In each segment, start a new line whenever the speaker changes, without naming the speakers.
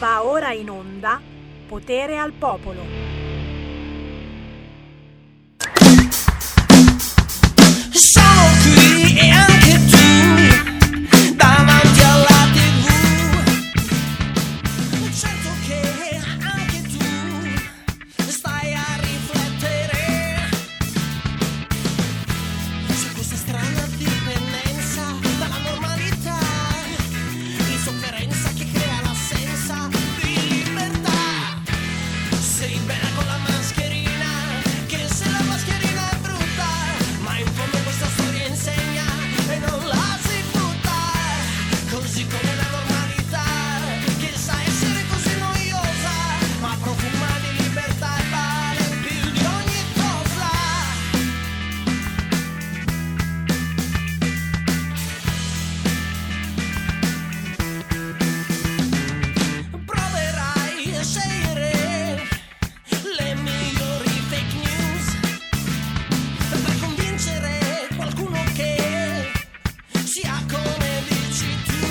Va ora in onda Potere al Popolo.
Sono qui e anche tu, davanti alla TV. Certo che anche tu stai a riflettere su questa strana dipendenza dalla normalità, l'insofferenza che crea l'assenza di libertà. Sei bella con la mascherina, che se la mascherina è brutta, ma in fondo questa storia insegna e non la si butta. Così come la normalità, che sa essere così noiosa, ma profuma di libertà e vale più di ogni cosa. Proverai a scegliere le migliori fake news per convincere qualcuno che sia come dici tu.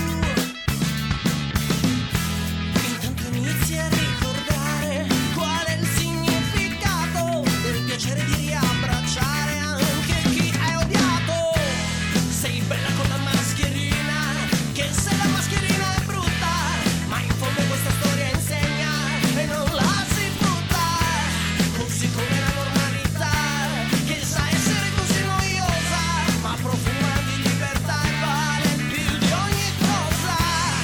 Intanto inizi a ricordare qual è il significato del piacere di riabbracciare anche chi hai odiato. Sei bella con la mascherina, che se la mascherina è brutta, ma in fondo questa storia insegna e non la si butta. Così come la normalità, che sa essere così noiosa, ma profuma di libertà e vale più di ogni cosa.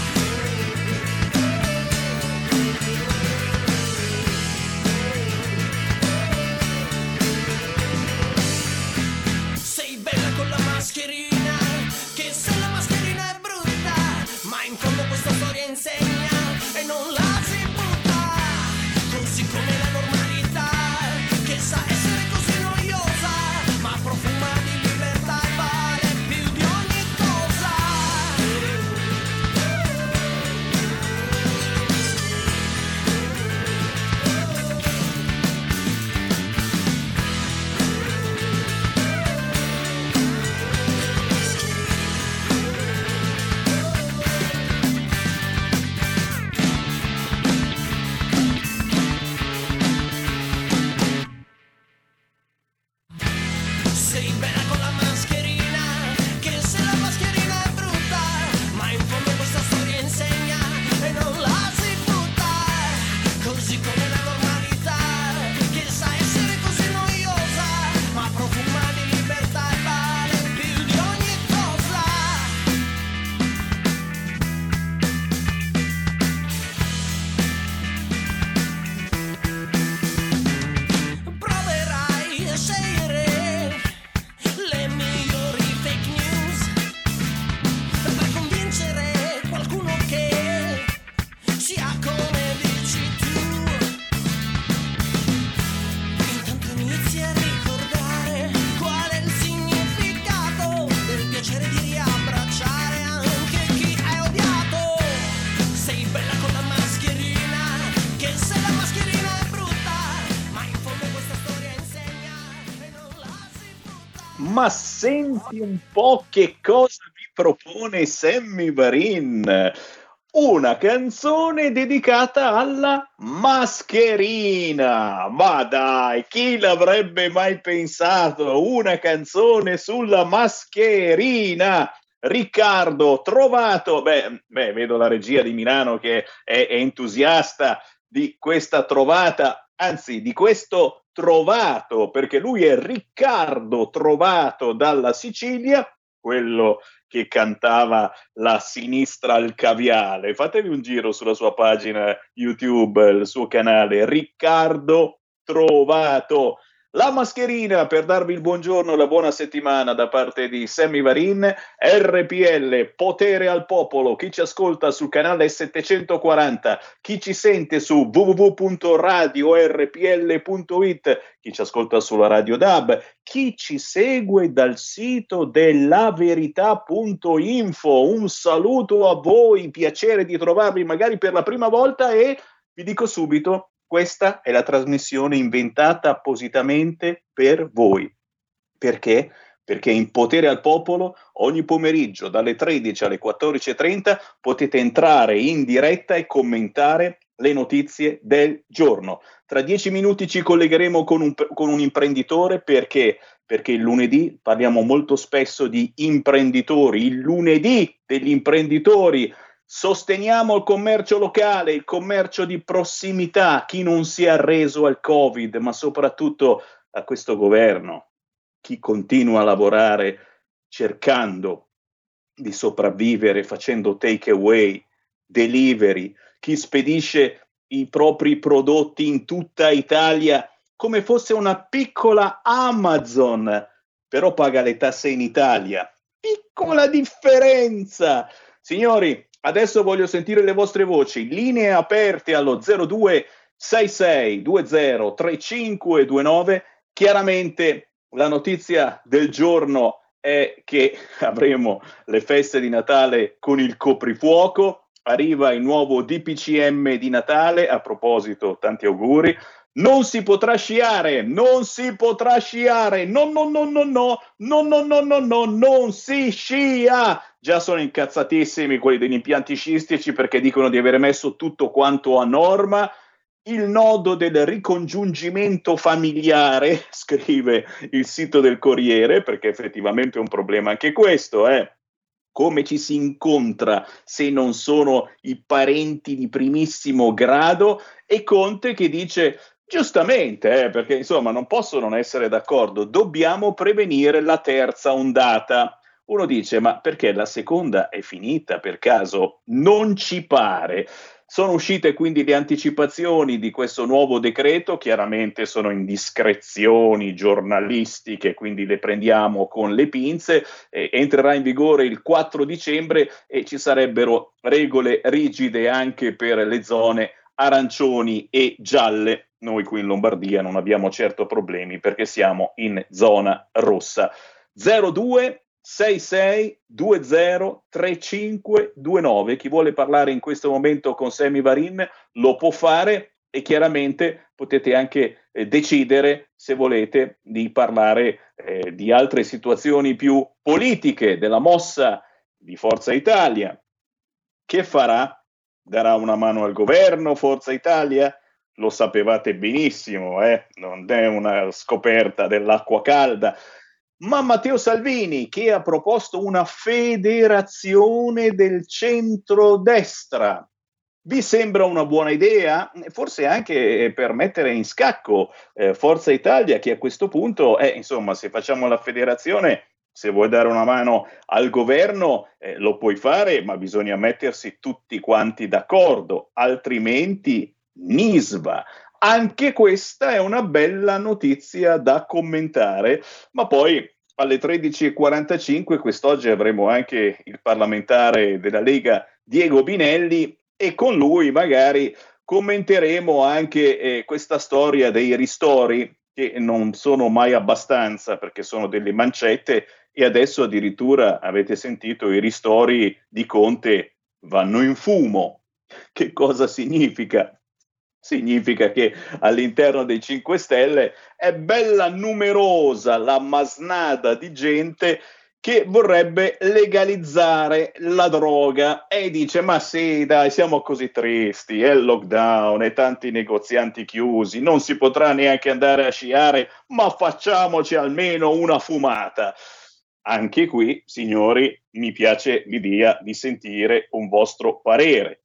Sei bella con la mascherina, che se la mascherina è brutta, ma in fondo questa storia insegna e non la si butta. Così come la normalità, che sa essere così noiosa, ma profuma di libertà e vale più di ogni cosa. Sei bella con la mascherina, che se la mascherina è brutta, ma in fondo questa storia insegna e non la si butta. Così come la normalità, che sa essere così noiosa, ma profuma di libertà e vale più di ogni cosa. Proverai a scegliere le migliori fake news per convincere qualcuno che sia come dici tu. Intanto inizi a ricordare qual è il significato del piacere di riabbracciare anche chi hai odiato. Sei bella con la mascherina, che se la mascherina è brutta, ma in fondo questa storia insegna e non la si butta.
Ma senti un po' che cosa vi propone Sammy Varin? Una canzone dedicata alla mascherina. Ma dai, chi l'avrebbe mai pensato? Una canzone sulla mascherina. Riccardo, trovato. Beh, vedo la regia di Milano che è entusiasta di questa trovata, anzi di questo trovato, perché lui è Riccardo Trovato dalla Sicilia, quello che cantava La sinistra al caviale. Fatevi un giro sulla sua pagina YouTube, il suo canale Riccardo Trovato. La mascherina, per darvi il buongiorno e la buona settimana da parte di Sammy Varin. RPL, Potere al Popolo, chi ci ascolta sul canale 740, chi ci sente su www.radiorpl.it, chi ci ascolta sulla Radio DAB, chi ci segue dal sito delaverità.info. Un saluto a voi, piacere di trovarvi magari per la prima volta, e vi dico subito, questa è la trasmissione inventata appositamente per voi. Perché? perché in Potere al Popolo ogni pomeriggio dalle 13 alle 14:30 potete entrare in diretta e commentare le notizie del giorno. Tra 10 minuti ci collegheremo con un imprenditore perché il lunedì parliamo molto spesso di imprenditori, il lunedì degli imprenditori. Sosteniamo il commercio locale, il commercio di prossimità, chi non si è arreso al Covid, ma soprattutto a questo governo, chi continua a lavorare cercando di sopravvivere facendo take away, delivery, chi spedisce i propri prodotti in tutta Italia come fosse una piccola Amazon, però paga le tasse in Italia. Piccola differenza! Signori, adesso voglio sentire le vostre voci, linee aperte allo 0266203529. Chiaramente la notizia del giorno è che avremo le feste di Natale con il coprifuoco, arriva il nuovo DPCM di Natale, a proposito, tanti auguri. Non si potrà sciare, non si scia. Già sono incazzatissimi quelli degli impianti sciistici perché dicono di aver messo tutto quanto a norma. Il nodo del ricongiungimento familiare, scrive il sito del Corriere, perché effettivamente è un problema anche questo, come ci si incontra se non sono i parenti di primissimo grado, e Conte che dice giustamente, perché insomma non posso non essere d'accordo, dobbiamo prevenire la terza ondata. Uno dice, ma perché la seconda è finita per caso? Non ci pare. Sono uscite quindi le anticipazioni di questo nuovo decreto, chiaramente sono indiscrezioni giornalistiche, quindi le prendiamo con le pinze, entrerà in vigore il 4 dicembre e ci sarebbero regole rigide anche per le zone arancioni e gialle. Noi qui in Lombardia non abbiamo certo problemi perché siamo in zona rossa. 0266203529. Chi vuole parlare in questo momento con Sammy Varin lo può fare e chiaramente potete anche decidere se volete di parlare di altre situazioni più politiche, della mossa di Forza Italia. Che farà? Darà una mano al governo Forza Italia? Lo sapevate benissimo, non è una scoperta dell'acqua calda. Ma Matteo Salvini, che ha proposto una federazione del centrodestra, vi sembra una buona idea? Forse anche per mettere in scacco Forza Italia, che a questo punto, insomma, se facciamo la federazione, se vuoi dare una mano al governo, lo puoi fare, ma bisogna mettersi tutti quanti d'accordo, altrimenti Nisva. Anche questa è una bella notizia da commentare, ma poi alle 13:45 quest'oggi avremo anche il parlamentare della Lega Diego Binelli e con lui magari commenteremo anche questa storia dei ristori che non sono mai abbastanza perché sono delle mancette e adesso addirittura avete sentito i ristori di Conte vanno in fumo. Che cosa significa? Significa che all'interno dei 5 Stelle è bella numerosa la masnada di gente che vorrebbe legalizzare la droga e dice ma sì dai siamo così tristi, è il lockdown e tanti negozianti chiusi, non si potrà neanche andare a sciare, ma facciamoci almeno una fumata. Anche qui, signori, mi piace l'idea di sentire un vostro parere.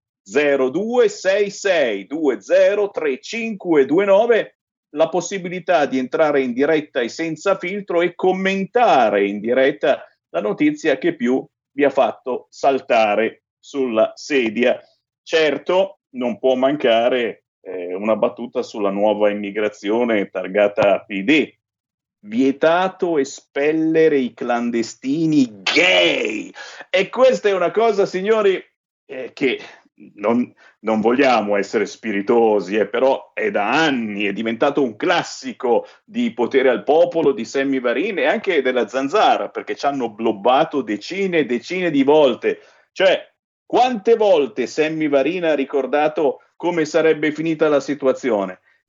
0266203529, la possibilità di entrare in diretta e senza filtro e commentare in diretta la notizia che più vi ha fatto saltare sulla sedia. Certo, non può mancare una battuta sulla nuova immigrazione targata PD. Vietato espellere i clandestini gay. E questa è una cosa, signori, che non vogliamo essere spiritosi, però è da anni, è diventato un classico di Potere al Popolo, di Sammy Varin e anche della Zanzara, perché ci hanno blobbato decine e decine di volte. Cioè, quante volte Sammy Varin ha ricordato come sarebbe finita la situazione?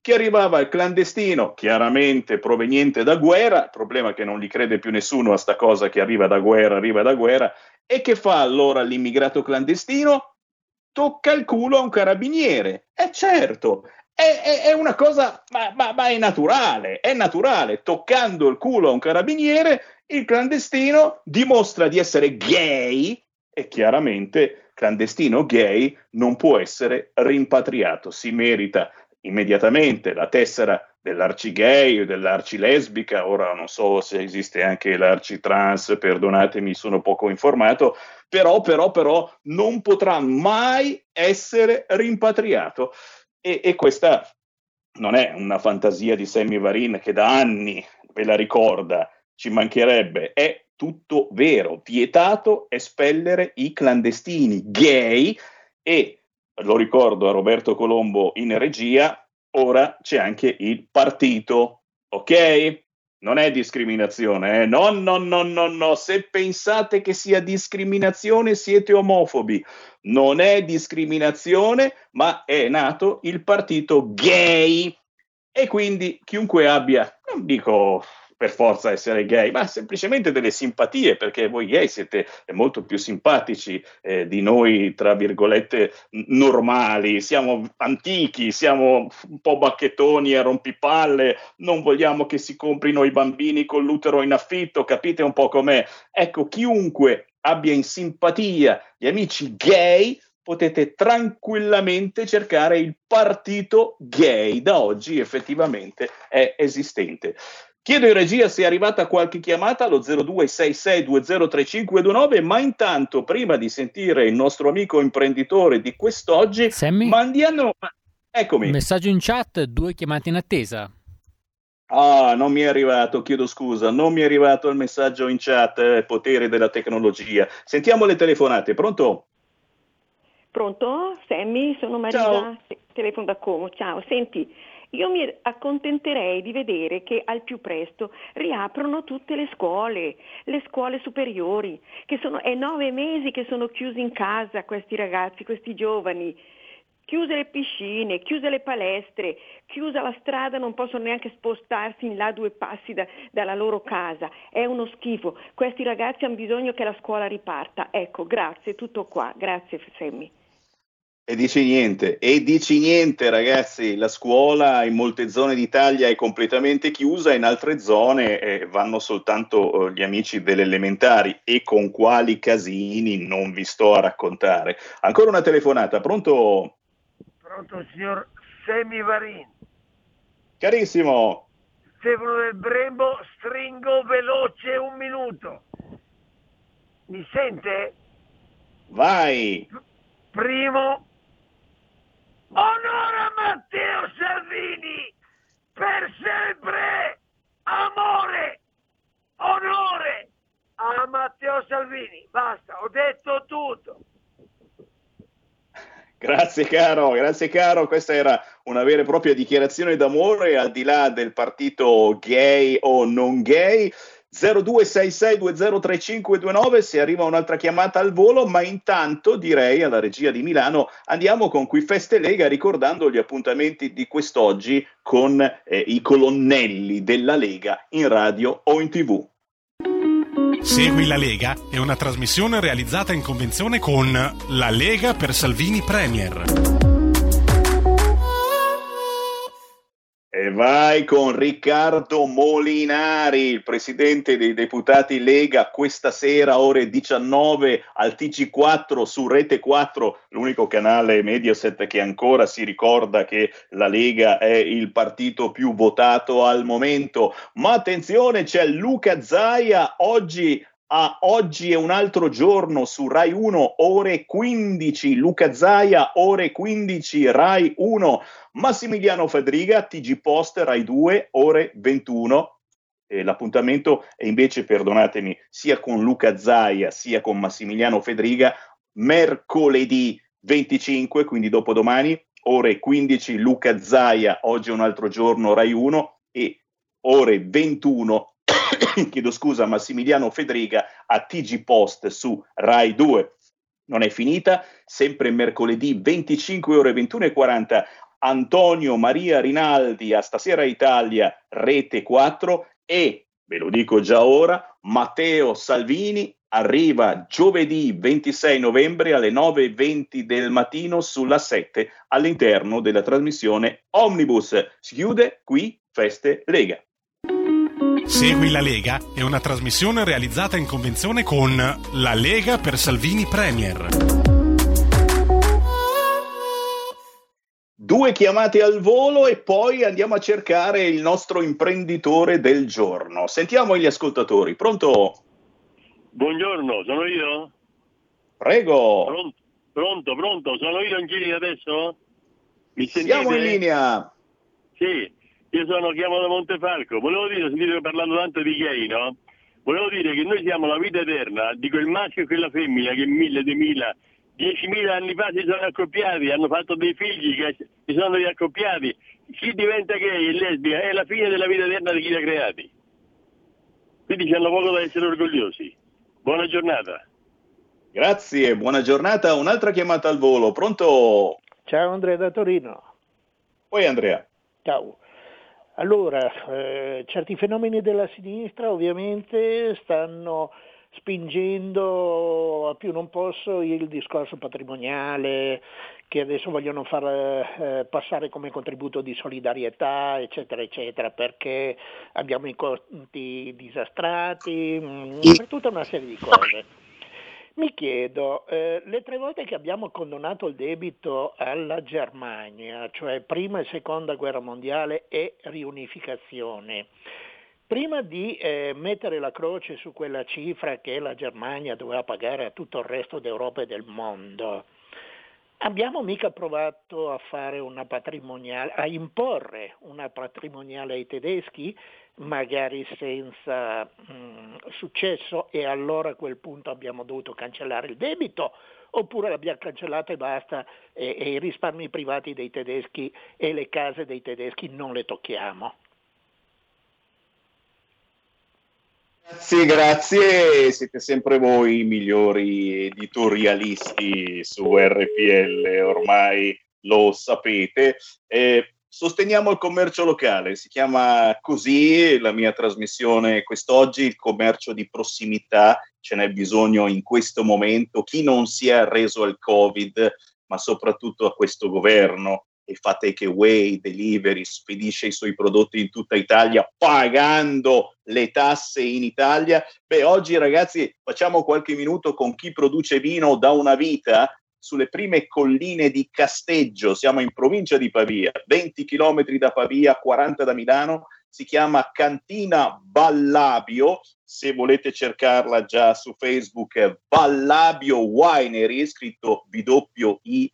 che arrivava il clandestino, chiaramente proveniente da guerra, il problema è che non gli crede più nessuno a sta cosa che arriva da guerra, e che fa allora l'immigrato clandestino? Tocca il culo a un carabiniere, certo, è una cosa, ma è naturale, toccando il culo a un carabiniere, il clandestino dimostra di essere gay, e chiaramente clandestino gay non può essere rimpatriato, si merita immediatamente la tessera dell'arcigay o dell'arcilesbica, ora non so se esiste anche l'arcitrans, perdonatemi, sono poco informato, però non potrà mai essere rimpatriato. E questa non è una fantasia di Sammy Varin che da anni ve la ricorda, ci mancherebbe, è tutto vero, vietato espellere i clandestini gay, e lo ricordo a Roberto Colombo in regia, ora c'è anche il partito, ok? Non è discriminazione, no, se pensate che sia discriminazione siete omofobi, non è discriminazione, ma è nato il partito gay, e quindi chiunque abbia, non dico per forza essere gay, ma semplicemente delle simpatie, perché voi gay siete molto più simpatici di noi, tra virgolette, normali, siamo antichi, siamo un po' bacchettoni e rompipalle, non vogliamo che si comprino i bambini con l'utero in affitto, capite un po' com'è? Ecco, chiunque abbia in simpatia gli amici gay, potete tranquillamente cercare il partito gay, da oggi effettivamente è esistente. Chiedo in regia se è arrivata qualche chiamata allo 0266203529, ma intanto, prima di sentire il nostro amico imprenditore di quest'oggi,
Sammy?
mandiamo... Eccomi.
Messaggio in chat, 2 chiamate in attesa.
Non mi è arrivato, chiedo scusa, non mi è arrivato il messaggio in chat, potere della tecnologia. Sentiamo le telefonate, pronto?
Pronto? Sammy, sono Marisa,
Ciao.
telefono da Como. Ciao, senti, io mi accontenterei di vedere che al più presto riaprono tutte le scuole superiori, che è 9 mesi che sono chiusi in casa questi ragazzi, questi giovani, chiuse le piscine, chiuse le palestre, chiusa la strada, non possono neanche spostarsi in là 2 passi dalla loro casa, è uno schifo, questi ragazzi hanno bisogno che la scuola riparta. Ecco, grazie, tutto qua, grazie Sammy.
E dici niente ragazzi, la scuola in molte zone d'Italia è completamente chiusa, in altre zone vanno soltanto gli amici delle elementari, e con quali casini non vi sto a raccontare. Ancora una telefonata, pronto?
Pronto signor Sammy Varin.
Carissimo.
Stefano del Brembo, stringo veloce 1 minuto. Mi sente?
Vai.
Primo, onore a Matteo Salvini, per sempre, amore, onore a Matteo Salvini. Basta, ho detto tutto.
Grazie caro, questa era una vera e propria dichiarazione d'amore, al di là del partito gay o non gay. 0266203529, se arriva un'altra chiamata al volo, ma intanto direi alla regia di Milano andiamo con Qui Feste Lega, ricordando gli appuntamenti di quest'oggi con i colonnelli della Lega in radio o in TV.
Segui la Lega è una trasmissione realizzata in convenzione con La Lega per Salvini Premier.
E vai con Riccardo Molinari, il presidente dei deputati Lega, questa sera ore 19 al TG4 su Rete 4, l'unico canale Mediaset che ancora si ricorda che la Lega è il partito più votato al momento. Ma attenzione, c'è Luca Zaia oggi è un altro giorno su Rai 1 ore 15, Luca Zaia ore 15 Rai 1, Massimiliano Fedriga TG Post Rai 2 ore 21. L'appuntamento è invece, perdonatemi, sia con Luca Zaia sia con Massimiliano Fedriga mercoledì 25, quindi dopodomani, ore 15 Luca Zaia, oggi è un altro giorno Rai 1, e ore 21 chiedo scusa, Massimiliano Fedriga a TG Post su Rai 2. Non è finita, sempre mercoledì 25 ore 21:40 Antonio Maria Rinaldi a Stasera Italia Rete 4 e, ve lo dico già ora, Matteo Salvini arriva giovedì 26 novembre alle 9:20 del mattino sulla 7 all'interno della trasmissione Omnibus. Si chiude qui Feste Lega.
Segui la Lega è una trasmissione realizzata in convenzione con La Lega per Salvini Premier.
2 chiamate al volo e poi andiamo a cercare il nostro imprenditore del giorno. Sentiamo gli ascoltatori. Pronto?
Buongiorno, sono io?
Prego.
Pronto, sono io in linea adesso? Mi sentite?
Siamo in linea.
Sì, chiamo da Montefalco. Volevo dire, sentite parlando tanto di gay, no? Volevo dire che noi siamo la vita eterna di quel maschio e quella femmina che 1000, 2000, 10.000 anni fa si sono accoppiati, hanno fatto dei figli che si sono riaccoppiati. Chi diventa gay e lesbica è la fine della vita eterna di chi li ha creati. Quindi c'hanno poco da essere orgogliosi. Buona giornata.
Grazie, buona giornata. Un'altra chiamata al volo. Pronto?
Ciao Andrea da Torino.
Poi Andrea.
Ciao. Allora, certi fenomeni della sinistra ovviamente stanno spingendo a più non posso il discorso patrimoniale che adesso vogliono far passare come contributo di solidarietà, eccetera, eccetera, perché abbiamo i conti disastrati, per tutta una serie di cose. Mi chiedo, le 3 volte che abbiamo condonato il debito alla Germania, cioè prima e seconda guerra mondiale e riunificazione, prima di mettere la croce su quella cifra che la Germania doveva pagare a tutto il resto d'Europa e del mondo, abbiamo mica provato a fare una patrimoniale, a imporre una patrimoniale ai tedeschi, magari senza successo, e allora a quel punto abbiamo dovuto cancellare il debito, oppure l'abbiamo cancellato e basta, e i risparmi privati dei tedeschi e le case dei tedeschi non le tocchiamo.
Grazie, siete sempre voi i migliori editorialisti su RPL, ormai lo sapete. Sosteniamo il commercio locale, si chiama così la mia trasmissione quest'oggi, il commercio di prossimità, ce n'è bisogno in questo momento. Chi non si è arreso al Covid, ma soprattutto a questo governo, e fa takeaway, delivery, spedisce i suoi prodotti in tutta Italia pagando le tasse in Italia. Beh, oggi ragazzi facciamo qualche minuto con chi produce vino da una vita sulle prime colline di Casteggio, siamo in provincia di Pavia, 20 chilometri da Pavia, 40 da Milano, si chiama Cantina Ballabio, se volete cercarla già su Facebook, Ballabio Winery, scritto W-I-N-E-R-Y,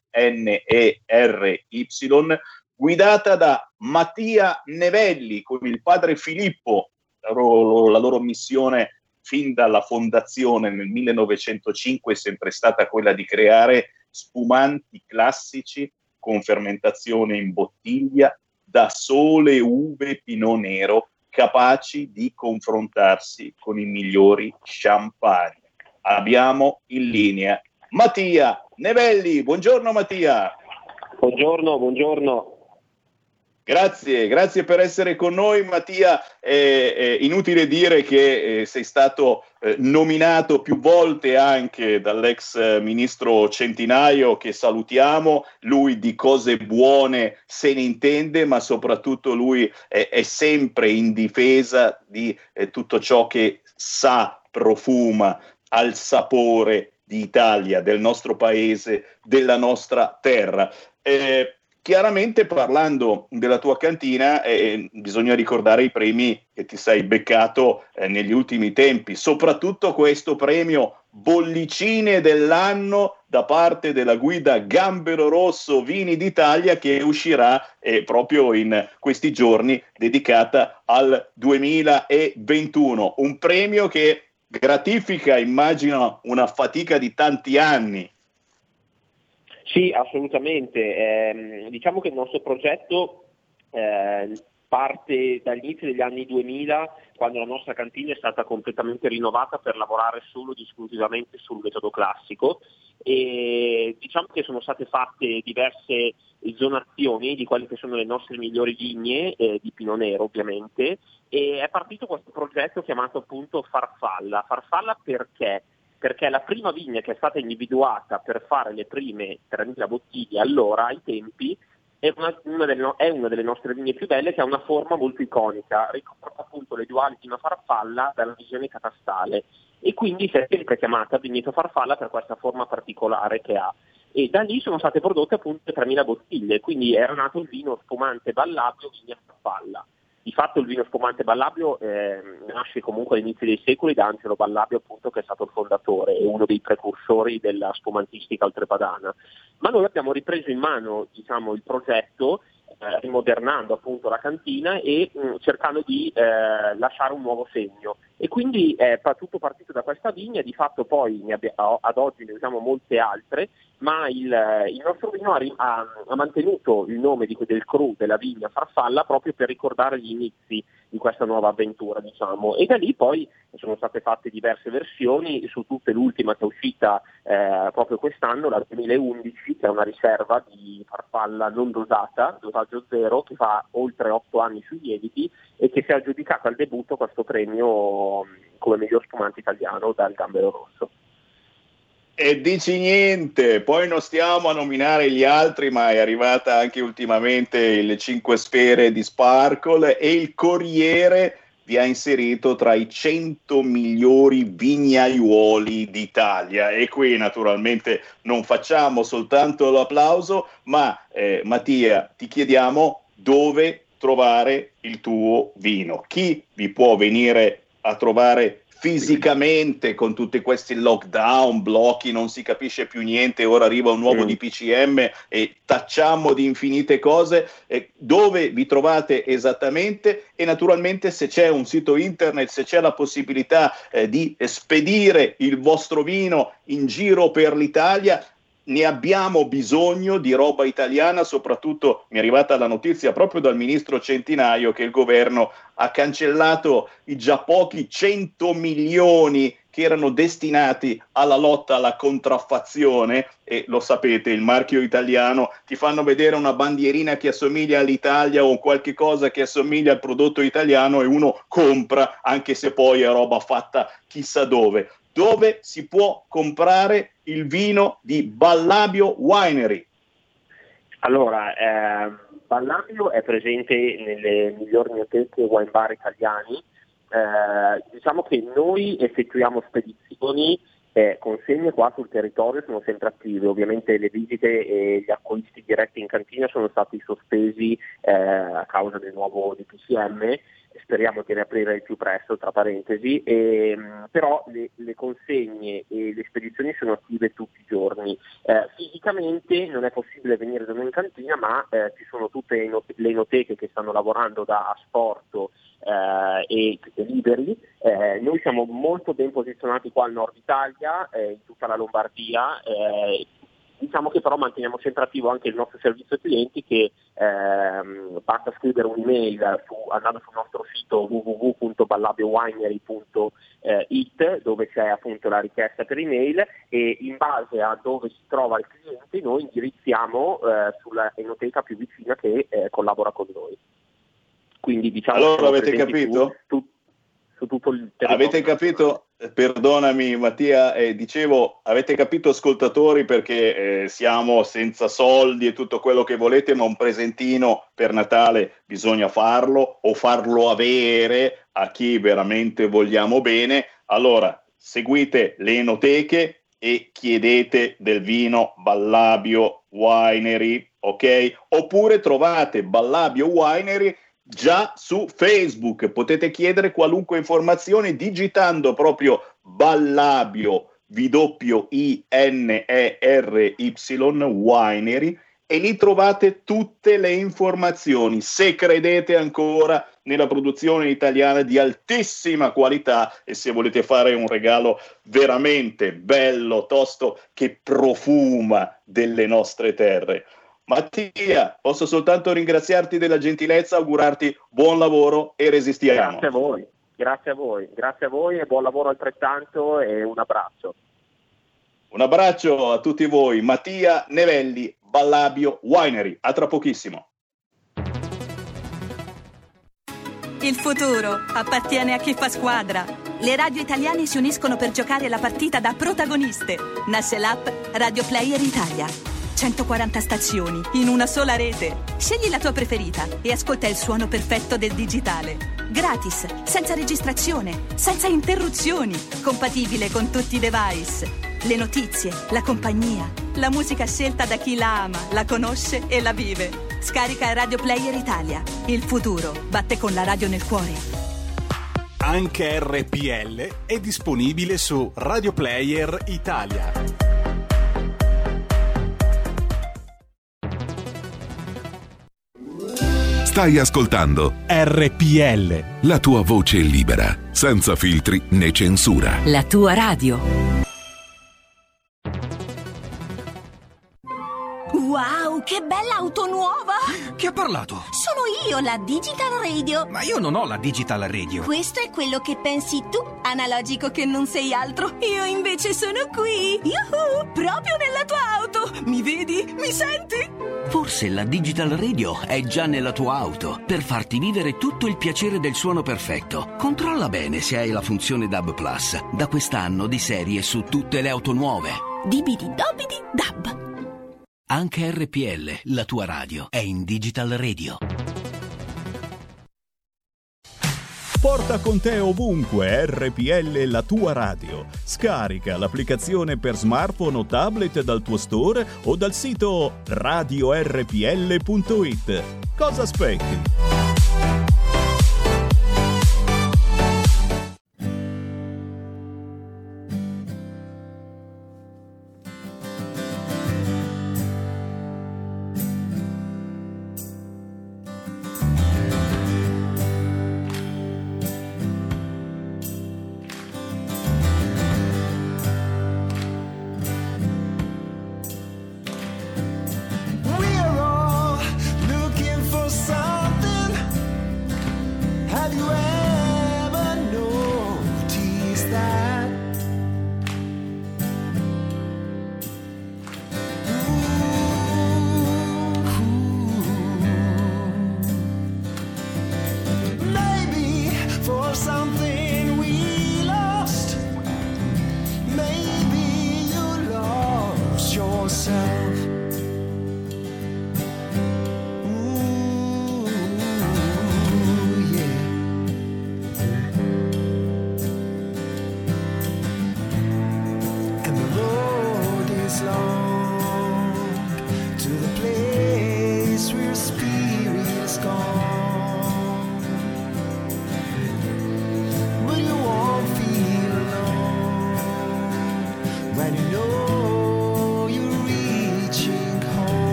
guidata da Mattia Nevelli con il padre Filippo. La loro missione fin dalla fondazione nel 1905 è sempre stata quella di creare spumanti classici con fermentazione in bottiglia da sole uve Pinot Nero, capaci di confrontarsi con i migliori champagne. Abbiamo in linea Mattia Nevelli. Buongiorno Mattia.
Buongiorno.
Grazie per essere con noi Mattia. È inutile dire che sei stato nominato più volte anche dall'ex ministro Centinaio, che salutiamo. Lui di cose buone se ne intende, ma soprattutto lui è sempre in difesa di tutto ciò che sa, profuma, ha il sapore di Italia, del nostro paese, della nostra terra. Chiaramente parlando della tua cantina bisogna ricordare i premi che ti sei beccato negli ultimi tempi, soprattutto questo premio Bollicine dell'anno da parte della guida Gambero Rosso Vini d'Italia, che uscirà proprio in questi giorni, dedicata al 2021. Un premio che gratifica, immagino, una fatica di tanti anni.
Sì, assolutamente. Diciamo che il nostro progetto parte dall'inizio degli anni 2000, quando la nostra cantina è stata completamente rinnovata per lavorare solo ed esclusivamente sul metodo classico, e diciamo che sono state fatte diverse zonazioni di quelle che sono le nostre migliori vigne di Pinot Nero ovviamente, e è partito questo progetto chiamato appunto Farfalla. Farfalla perché? Perché la prima vigna che è stata individuata per fare le prime 3.000 bottiglie allora, ai tempi, è una delle nostre vigne più belle, che ha una forma molto iconica, ricorda appunto le duali di una farfalla dalla visione catastale, e quindi si è sempre chiamata vigneto farfalla per questa forma particolare che ha. E da lì sono state prodotte appunto 3.000 bottiglie, quindi era nato il vino spumante Ballabio vigna farfalla. Di fatto il vino spumante Ballabio nasce comunque all'inizio dei secoli da Angelo Ballabio, appunto, che è stato il fondatore e uno dei precursori della spumantistica oltrepadana. Ma noi abbiamo ripreso in mano, diciamo, il progetto, rimodernando appunto la cantina e cercando di lasciare un nuovo segno. E quindi è tutto partito da questa vigna, di fatto poi ad oggi ne usiamo molte altre, ma il nostro vino ha mantenuto il nome del cru della vigna Farfalla proprio per ricordare gli inizi di questa nuova avventura, diciamo. E da lì poi sono state fatte diverse versioni, su tutte l'ultima che è uscita proprio quest'anno, la 2011, che è una riserva di farfalla non dosata, dosaggio zero, che fa oltre 8 anni sui lieviti e che si è aggiudicata al debutto questo premio come miglior spumante italiano dal Gambero Rosso.
E dici niente, poi non stiamo a nominare gli altri, ma è arrivata anche ultimamente il 5 Stelle di Sparkle, e il Corriere vi ha inserito tra i 100 migliori vignaiuoli d'Italia. E qui naturalmente non facciamo soltanto l'applauso, ma Mattia, ti chiediamo dove trovare il tuo vino. Chi vi può venire a trovare fisicamente con tutti questi lockdown, blocchi, non si capisce più niente, ora arriva un nuovo DPCM e tacciamo di infinite cose, dove vi trovate esattamente? E naturalmente se c'è un sito internet, se c'è la possibilità di spedire il vostro vino in giro per l'Italia. Ne abbiamo bisogno di roba italiana, soprattutto mi è arrivata la notizia proprio dal ministro Centinaio che il governo ha cancellato i già pochi 100 milioni che erano destinati alla lotta alla contraffazione, e lo sapete, il marchio italiano, ti fanno vedere una bandierina che assomiglia all'Italia o qualche cosa che assomiglia al prodotto italiano e uno compra, anche se poi è roba fatta chissà dove. Dove si può comprare il vino di Ballabio Winery?
Allora, Ballabio è presente nelle migliori enoteche wine bar italiani. Diciamo che noi effettuiamo spedizioni, consegne qua sul territorio sono sempre attive. Ovviamente le visite e gli acquisti diretti in cantina sono stati sospesi a causa del nuovo DPCM. Speriamo di riaprire il più presto, tra parentesi, però le consegne e le spedizioni sono attive tutti i giorni. Fisicamente non è possibile venire da noi in cantina, ma ci sono tutte le enoteche che stanno lavorando da Asporto e liberi. Noi siamo molto ben posizionati qua al nord Italia, in tutta la Lombardia. Diciamo che però manteniamo sempre attivo anche il nostro servizio clienti, che basta scrivere un'email andando sul nostro sito www.ballabiowinery.it, dove c'è appunto la richiesta per email, e in base a dove si trova il cliente noi indirizziamo sulla enoteca più vicina che collabora con noi. Quindi diciamo,
allora avete capito?
Su tutto il territorio.
Avete capito? Perdonami Mattia, dicevo, avete capito ascoltatori, perché siamo senza soldi e tutto quello che volete, ma un presentino per Natale bisogna farlo, o farlo avere a chi veramente vogliamo bene. Allora seguite le enoteche e chiedete del vino Ballabio Winery, ok? Oppure trovate Ballabio Winery già su Facebook, potete chiedere qualunque informazione digitando proprio Ballabio Winery Winery, e lì trovate tutte le informazioni, se credete ancora nella produzione italiana di altissima qualità e se volete fare un regalo veramente bello, tosto, che profuma delle nostre terre. Mattia, posso soltanto ringraziarti della gentilezza, augurarti buon lavoro e resistiamo.
Grazie a voi e buon lavoro altrettanto e un abbraccio.
Un abbraccio a tutti voi, Mattia Nevelli, Ballabio Winery. A tra pochissimo.
Il futuro appartiene a chi fa squadra. Le radio italiane si uniscono per giocare la partita da protagoniste. Nasce l'app Radio Player Italia. 140 stazioni in una sola rete. Scegli la tua preferita e ascolta il suono perfetto del digitale. Gratis, senza registrazione, senza interruzioni. Compatibile con tutti i device. Le notizie, la compagnia, la musica scelta da chi la ama, la conosce e la vive. Scarica Radio Player Italia. Il futuro batte con la radio nel cuore.
Anche RPL è disponibile su Radio Player Italia.
Stai ascoltando
RPL,
la tua voce libera, senza filtri né censura.
La tua radio.
Wow, che bella auto nuova!
Chi ha parlato?
Sono io, la Digital Radio.
Ma io non ho la Digital Radio.
Questo è quello che pensi tu, analogico che non sei altro. Io invece sono qui, proprio nella tua auto. Mi vedi? Mi senti?
Forse la Digital Radio è già nella tua auto per farti vivere tutto il piacere del suono perfetto. Controlla bene se hai la funzione DAB+, da quest'anno di serie su tutte le auto nuove.
Dibidi dobidi dab.
Anche RPL, la tua radio, è in Digital Radio.
Porta con te ovunque RPL, la tua radio. Scarica l'applicazione per smartphone o tablet dal tuo store o dal sito radiorpl.it. Cosa aspetti?
Something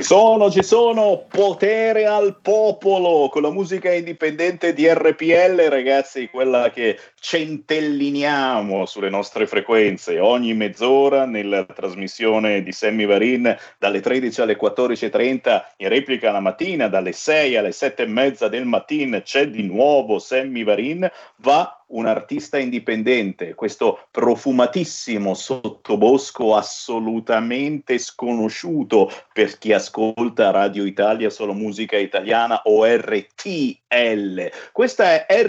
Ci sono, potere al popolo, con la musica indipendente di RPL, ragazzi, quella che centelliniamo sulle nostre frequenze ogni mezz'ora nella trasmissione di Sammy Varin dalle 13 alle 14.30, in replica la mattina dalle 6 alle 7:30 del mattino c'è di nuovo Sammy Varin, va un artista indipendente, questo profumatissimo sottobosco assolutamente sconosciuto per chi ascolta Radio Italia Solo Musica Italiana o RTL. Questa è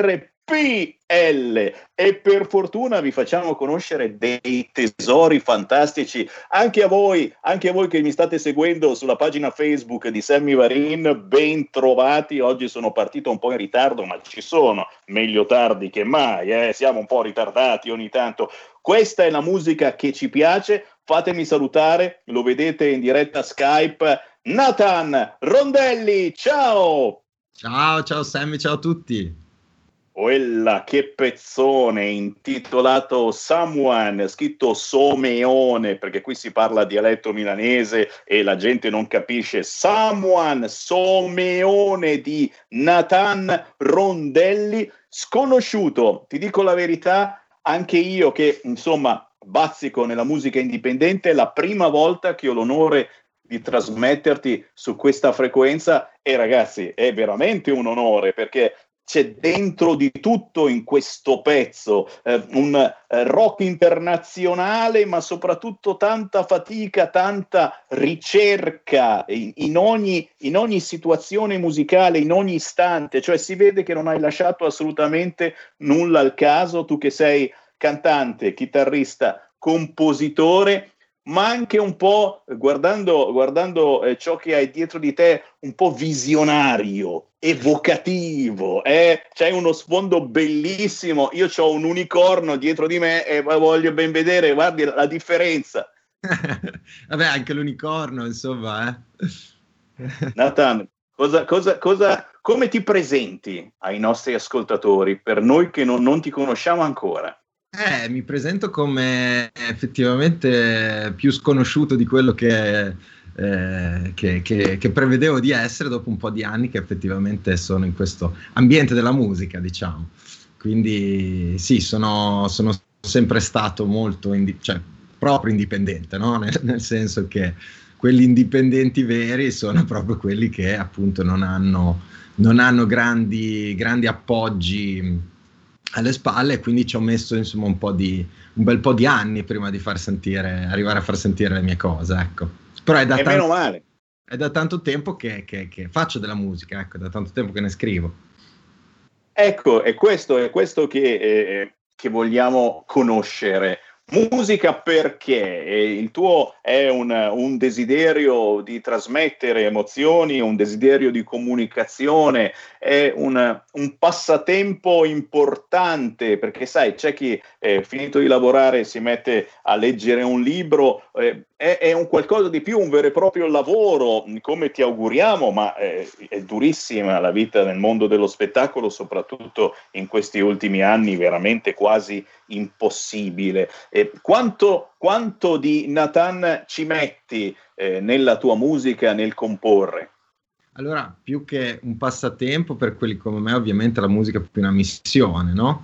RPL e per fortuna vi facciamo conoscere dei tesori fantastici anche a voi che mi state seguendo sulla pagina Facebook di Sammy Varin, ben trovati. Oggi sono partito un po' in ritardo, ma ci sono, meglio tardi che mai, siamo un po' ritardati ogni tanto. Questa è la musica che ci piace. Fatemi salutare, lo vedete in diretta Skype, Nathan Rondelli, ciao!
Ciao Sammy, ciao a tutti!
Quella che pezzone, intitolato Someone, scritto Someone, perché qui si parla dialetto milanese e la gente non capisce. Someone, Someone di Nathan Rondelli, sconosciuto, ti dico la verità, anche io che insomma bazzico nella musica indipendente, è la prima volta che ho l'onore di trasmetterti su questa frequenza e ragazzi è veramente un onore perché c'è dentro di tutto in questo pezzo, un rock internazionale, ma soprattutto tanta fatica, tanta ricerca in ogni situazione musicale, in ogni istante, cioè si vede che non hai lasciato assolutamente nulla al caso, tu che sei cantante, chitarrista, compositore, ma anche un po', guardando ciò che hai dietro di te, un po' visionario, evocativo, c'hai uno sfondo bellissimo. Io c'ho un unicorno dietro di me e voglio ben vedere, guardi la differenza.
Vabbè, anche l'unicorno, insomma.
Nathan, come ti presenti ai nostri ascoltatori, per noi che non ti conosciamo ancora?
Mi presento come effettivamente più sconosciuto di quello che prevedevo di essere dopo un po' di anni che effettivamente sono in questo ambiente della musica, diciamo. Quindi sì, sono sempre stato molto proprio indipendente, no? Nel senso che quelli indipendenti veri sono proprio quelli che appunto non hanno grandi appoggi alle spalle, quindi ci ho messo insomma un bel po' di anni prima di arrivare a far sentire le mie cose, ecco. Però è da tanto tempo che faccio della musica, ecco, è da tanto tempo che ne scrivo.
Ecco, è questo che vogliamo conoscere. Musica perché il tuo è un desiderio di trasmettere emozioni, un desiderio di comunicazione, è un passatempo importante perché sai c'è chi finito di lavorare si mette a leggere un libro, è un qualcosa di più, un vero e proprio lavoro, come ti auguriamo, ma è durissima la vita nel mondo dello spettacolo, soprattutto in questi ultimi anni, veramente quasi impossibile. Quanto di Nathan ci metti nella tua musica, nel comporre?
Allora, più che un passatempo, per quelli come me ovviamente la musica è più una missione, no?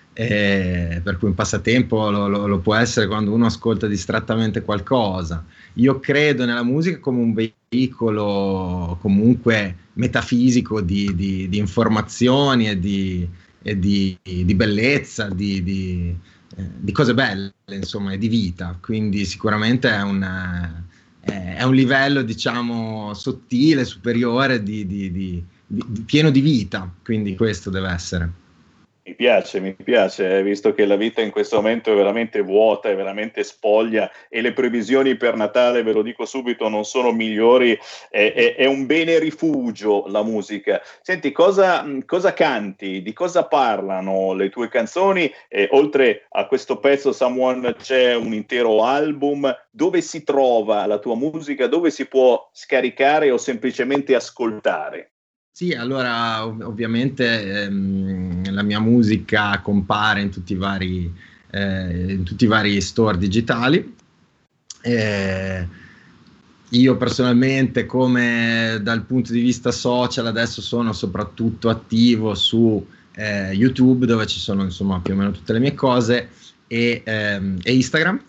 Per cui un passatempo lo può essere quando uno ascolta distrattamente qualcosa. Io credo nella musica come un veicolo comunque metafisico di informazioni e di bellezza, di cose belle, insomma, e di vita. Quindi sicuramente è un livello, diciamo, sottile, superiore, pieno di vita. Quindi questo deve essere.
Mi piace, visto che la vita in questo momento è veramente vuota, è veramente spoglia e le previsioni per Natale, ve lo dico subito, non sono migliori, è un bene rifugio la musica. Senti, cosa canti? Di cosa parlano le tue canzoni? Oltre a questo pezzo Someone c'è un intero album. Dove si trova la tua musica? Dove si può scaricare o semplicemente ascoltare?
Sì, allora ovviamente la mia musica compare in tutti i vari store digitali. io personalmente, come dal punto di vista social, adesso sono soprattutto attivo su YouTube, dove ci sono insomma più o meno tutte le mie cose, e Instagram.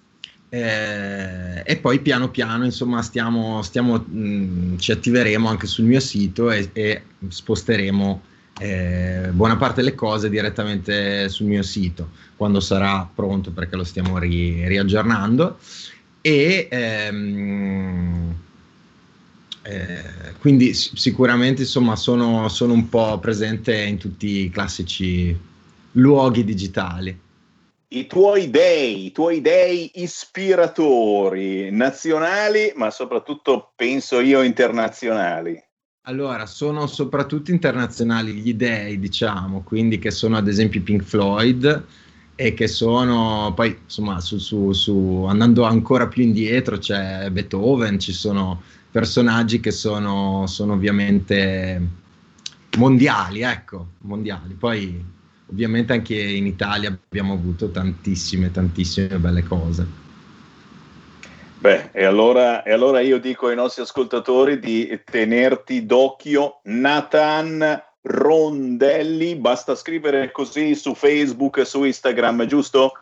E poi piano piano insomma ci attiveremo anche sul mio sito e sposteremo buona parte delle cose direttamente sul mio sito quando sarà pronto, perché lo stiamo riaggiornando, e quindi sicuramente insomma sono un po' presente in tutti i classici luoghi digitali.
I tuoi dei ispiratori nazionali, ma soprattutto penso io internazionali.
Allora, sono soprattutto internazionali gli dei, diciamo, quindi che sono ad esempio Pink Floyd, e che sono poi insomma andando ancora più indietro c'è Beethoven, ci sono personaggi che sono ovviamente mondiali, ecco, mondiali. Poi ovviamente anche in Italia abbiamo avuto tantissime belle cose.
Beh, e allora io dico ai nostri ascoltatori di tenerti d'occhio. Nathan Rondelli, basta scrivere così su Facebook e su Instagram, giusto?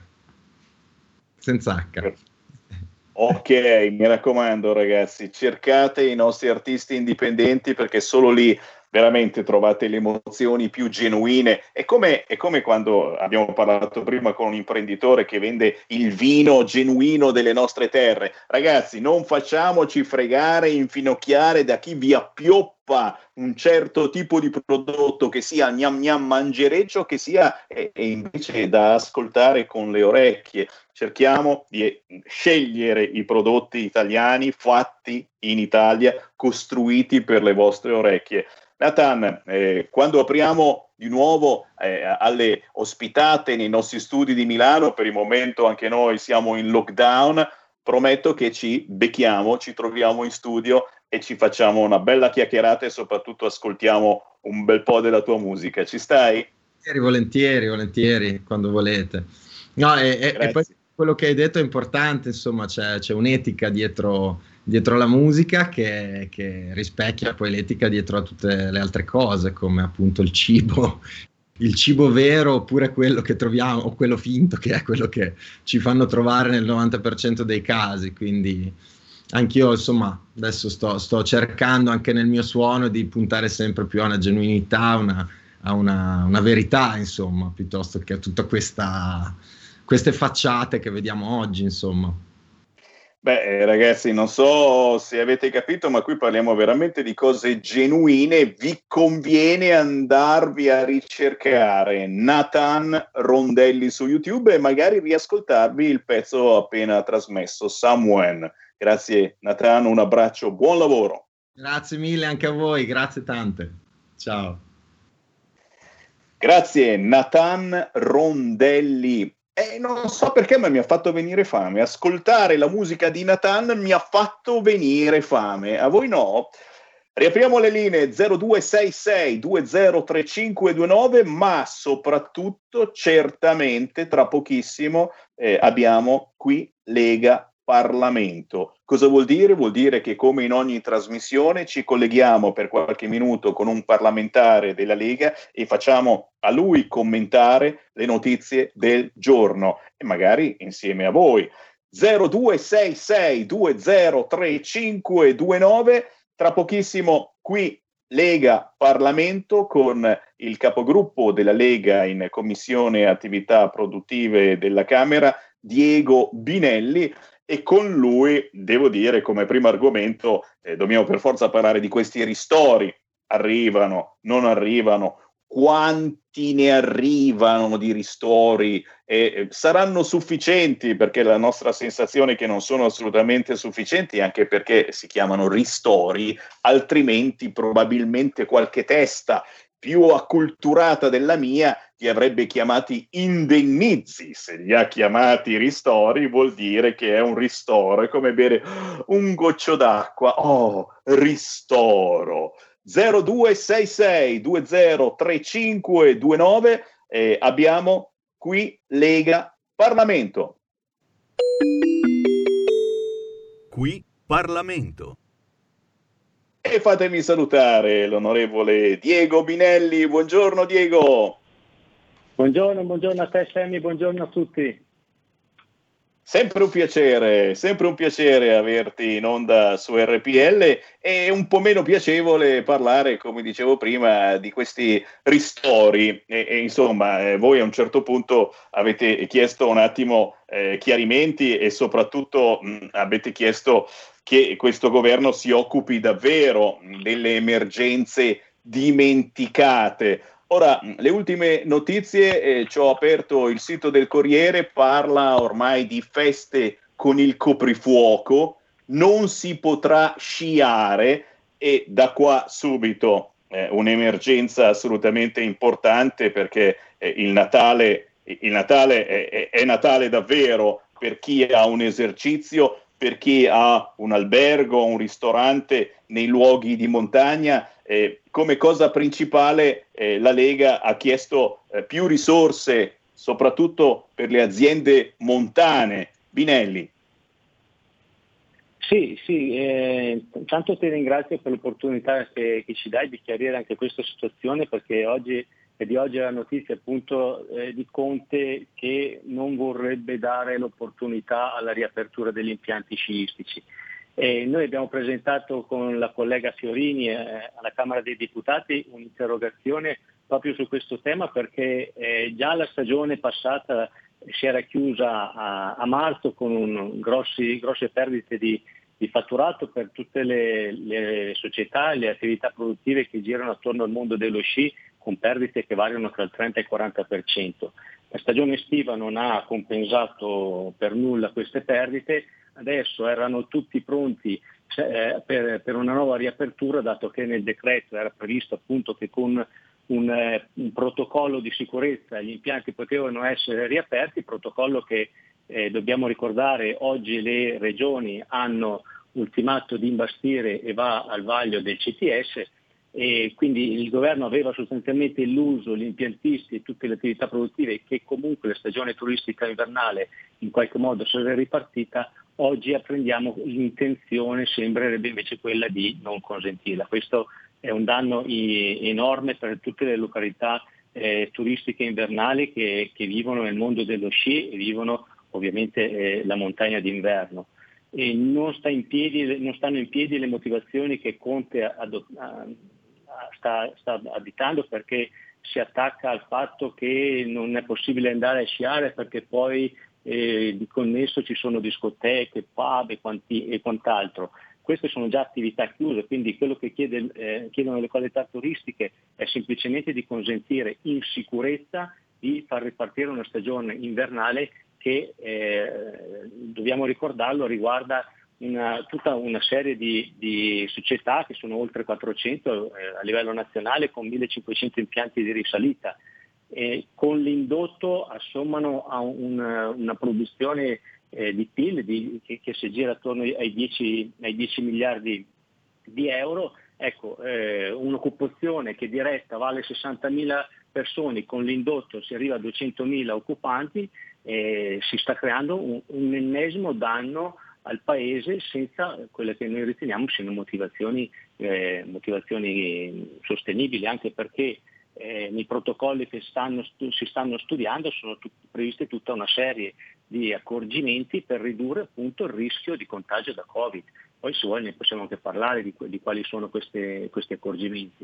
Senza H.
Ok, mi raccomando ragazzi, cercate i nostri artisti indipendenti, perché solo lì veramente trovate le emozioni più genuine. È come quando abbiamo parlato prima con un imprenditore che vende il vino genuino delle nostre terre. Ragazzi, non facciamoci fregare, infinocchiare da chi vi appioppa un certo tipo di prodotto, che sia gnam gnam mangereccio, che sia invece da ascoltare con le orecchie. Cerchiamo di scegliere i prodotti italiani fatti in Italia, costruiti per le vostre orecchie. Nathan, quando apriamo di nuovo alle ospitate nei nostri studi di Milano, per il momento anche noi siamo in lockdown, prometto che ci becchiamo, ci troviamo in studio e ci facciamo una bella chiacchierata e soprattutto ascoltiamo un bel po' della tua musica. Ci stai?
Volentieri, quando volete. No, e poi quello che hai detto è importante, insomma, c'è un'etica dietro la musica che rispecchia poi l'etica dietro a tutte le altre cose, come appunto il cibo vero, oppure quello che troviamo, o quello finto, che è quello che ci fanno trovare nel 90% dei casi. Quindi anch'io, insomma, adesso sto cercando anche nel mio suono di puntare sempre più a una genuinità, a una verità, insomma, piuttosto che a tutta queste facciate che vediamo oggi, insomma.
Beh, ragazzi, non so se avete capito, ma qui parliamo veramente di cose genuine. Vi conviene andarvi a ricercare Nathan Rondelli su YouTube e magari riascoltarvi il pezzo appena trasmesso, Someone. Grazie Nathan, un abbraccio, buon lavoro.
Grazie mille anche a voi, grazie tante. Ciao.
Grazie Nathan Rondelli. Non so perché, ma mi ha fatto venire fame. Ascoltare la musica di Nathan mi ha fatto venire fame. A voi no? Riapriamo le linee 0266 203529, ma soprattutto, certamente, tra pochissimo abbiamo qui Lega Parlamento. Cosa vuol dire? Vuol dire che, come in ogni trasmissione, ci colleghiamo per qualche minuto con un parlamentare della Lega e facciamo a lui commentare le notizie del giorno, e magari insieme a voi. 0266 203529, tra pochissimo qui Lega Parlamento con il capogruppo della Lega in Commissione Attività Produttive della Camera, Diego Binelli. E con lui, devo dire, come primo argomento, dobbiamo per forza parlare di questi ristori. Arrivano, non arrivano, quanti ne arrivano di ristori? Saranno sufficienti? Perché la nostra sensazione è che non sono assolutamente sufficienti, anche perché si chiamano ristori, altrimenti probabilmente qualche testa più acculturata della mia li avrebbe chiamati indennizi. Se li ha chiamati ristori, vuol dire che è un ristoro, è come bere un goccio d'acqua. Oh, ristoro. 0266 203529, abbiamo qui Lega Parlamento.
Qui
Parlamento.
E fatemi salutare l'onorevole Diego Binelli. Buongiorno Diego.
Buongiorno a te Sammy, buongiorno a tutti.
Sempre un piacere averti in onda su RPL, e un po' meno piacevole parlare, come dicevo prima, di questi ristori. Insomma, voi a un certo punto avete chiesto un attimo chiarimenti, e soprattutto avete chiesto che questo governo si occupi davvero delle emergenze dimenticate. Ora, le ultime notizie, ci ho aperto il sito del Corriere, parla ormai di feste con il coprifuoco, non si potrà sciare, e da qua subito un'emergenza assolutamente importante, perché il Natale è Natale davvero per chi ha un esercizio, per chi ha un albergo, un ristorante nei luoghi di montagna. Come cosa principale la Lega ha chiesto più risorse, soprattutto per le aziende montane. Binelli.
Sì, intanto ti ringrazio per l'opportunità che ci dai di chiarire anche questa situazione, perché oggi è la notizia appunto di Conte, che non vorrebbe dare l'opportunità alla riapertura degli impianti sciistici. Noi abbiamo presentato con la collega Fiorini alla Camera dei Deputati un'interrogazione proprio su questo tema, perché già la stagione passata si era chiusa a marzo con grosse perdite di fatturato per tutte le società e le attività produttive che girano attorno al mondo dello sci, con perdite che variano tra il 30 e il 40%. La stagione estiva non ha compensato per nulla queste perdite. Adesso erano tutti pronti per una nuova riapertura, dato che nel decreto era previsto appunto che con un protocollo di sicurezza gli impianti potevano essere riaperti, protocollo che dobbiamo ricordare oggi le regioni hanno ultimato di imbastire e va al vaglio del CTS, e quindi il governo aveva sostanzialmente illuso gli impiantisti e tutte le attività produttive che comunque la stagione turistica invernale in qualche modo sarebbe ripartita. Oggi apprendiamo l'intenzione sembrerebbe invece quella di non consentirla. Questo è un danno enorme per tutte le località turistiche invernali che vivono nel mondo dello sci e vivono ovviamente la montagna d'inverno. E non stanno in piedi le motivazioni che Conte sta additando, perché si attacca al fatto che non è possibile andare a sciare perché poi di connesso ci sono discoteche, pub e quant'altro. Queste sono già attività chiuse, quindi quello che chiedono le qualità turistiche è semplicemente di consentire in sicurezza di far ripartire una stagione invernale che, dobbiamo ricordarlo, riguarda tutta una serie di società che sono oltre 400 a livello nazionale, con 1500 impianti di risalita. Con l'indotto assommano a una produzione di PIL che si gira attorno ai 10 miliardi di euro. Ecco, un'occupazione che diretta vale 60.000 persone, con l'indotto si arriva a 200.000 occupanti, si sta creando un ennesimo danno al paese senza quelle che noi riteniamo siano motivazioni sostenibili, anche perché nei protocolli che si stanno studiando sono previste tutta una serie di accorgimenti per ridurre appunto il rischio di contagio da Covid. Poi se vuoi ne possiamo anche parlare di quali sono questi accorgimenti.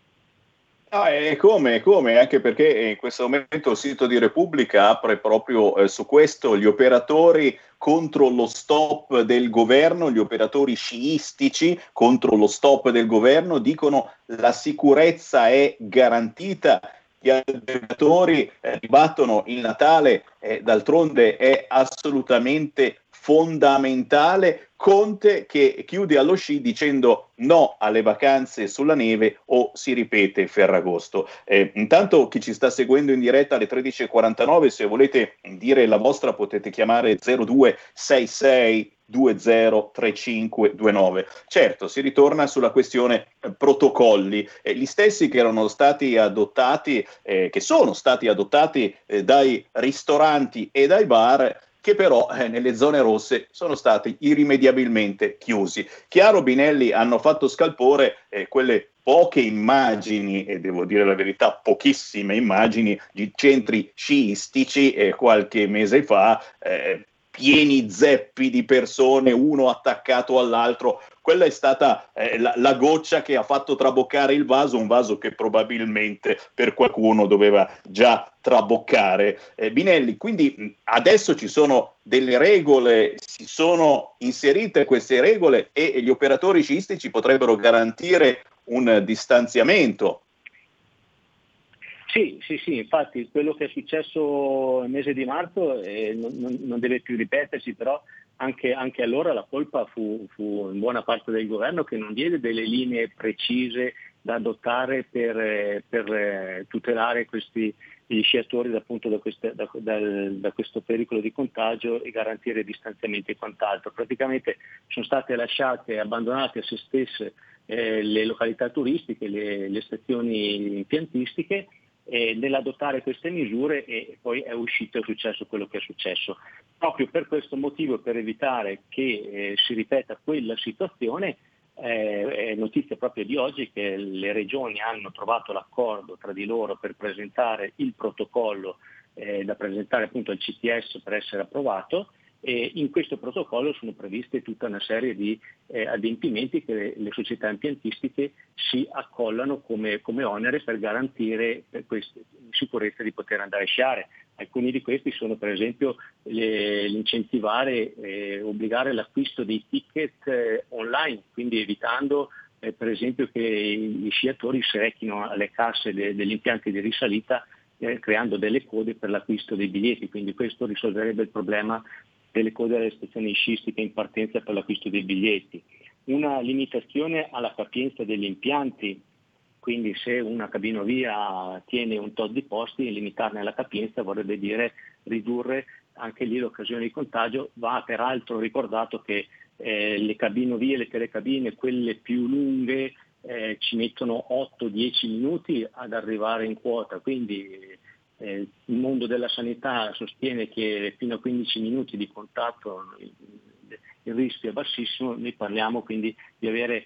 Come, anche perché in questo momento il sito di Repubblica apre proprio su questo: gli operatori contro lo stop del governo, gli operatori sciistici contro lo stop del governo dicono la sicurezza è garantita, gli allevatori ribattono il Natale, d'altronde è assolutamente fondamentale. Conte che chiude allo sci dicendo no alle vacanze sulla neve o si ripete Ferragosto. Intanto chi ci sta seguendo in diretta alle 13.49, se volete dire la vostra potete chiamare 0266 203529. Certo, si ritorna sulla questione protocolli, gli stessi che erano stati adottati, che sono stati adottati dai ristoranti e dai bar, che però nelle zone rosse sono stati irrimediabilmente chiusi. Chiaro, Binelli, hanno fatto scalpore quelle poche immagini, e devo dire la verità, pochissime immagini di centri sciistici qualche mese fa, pieni zeppi di persone, uno attaccato all'altro. Quella è stata la goccia che ha fatto traboccare il vaso, un vaso che probabilmente per qualcuno doveva già traboccare. Binelli, quindi adesso ci sono delle regole, si sono inserite queste regole e gli operatori sciistici potrebbero garantire un distanziamento.
Sì, infatti quello che è successo nel mese di marzo non deve più ripetersi, però anche allora la colpa fu in buona parte del governo, che non diede delle linee precise da adottare per tutelare gli sciatori appunto da questo pericolo di contagio e garantire distanziamenti e quant'altro. Praticamente sono state lasciate, abbandonate a se stesse le località turistiche, le stazioni impiantistiche, nell'adottare queste misure, e poi è successo quello che è successo. Proprio per questo motivo, per evitare che si ripeta quella situazione, è notizia proprio di oggi che le regioni hanno trovato l'accordo tra di loro per presentare il protocollo da presentare appunto al CTS per essere approvato, e in questo protocollo sono previste tutta una serie di adempimenti che le società impiantistiche si accollano come onere per garantire sicurezza di poter andare a sciare. Alcuni di questi sono per esempio l'incentivare, obbligare l'acquisto dei ticket online, quindi evitando per esempio che gli sciatori si rechino alle casse degli impianti di risalita creando delle code per l'acquisto dei biglietti, quindi questo risolverebbe il problema delle code alle stazioni sciistiche in partenza per l'acquisto dei biglietti. Una limitazione alla capienza degli impianti, quindi se una cabinovia tiene un tot di posti, limitarne la capienza vorrebbe dire ridurre anche lì l'occasione di contagio. Va peraltro ricordato che le cabinovie, le telecabine, quelle più lunghe, ci mettono 8-10 minuti ad arrivare in quota, quindi il mondo della sanità sostiene che fino a 15 minuti di contatto il rischio è bassissimo. Noi parliamo quindi di avere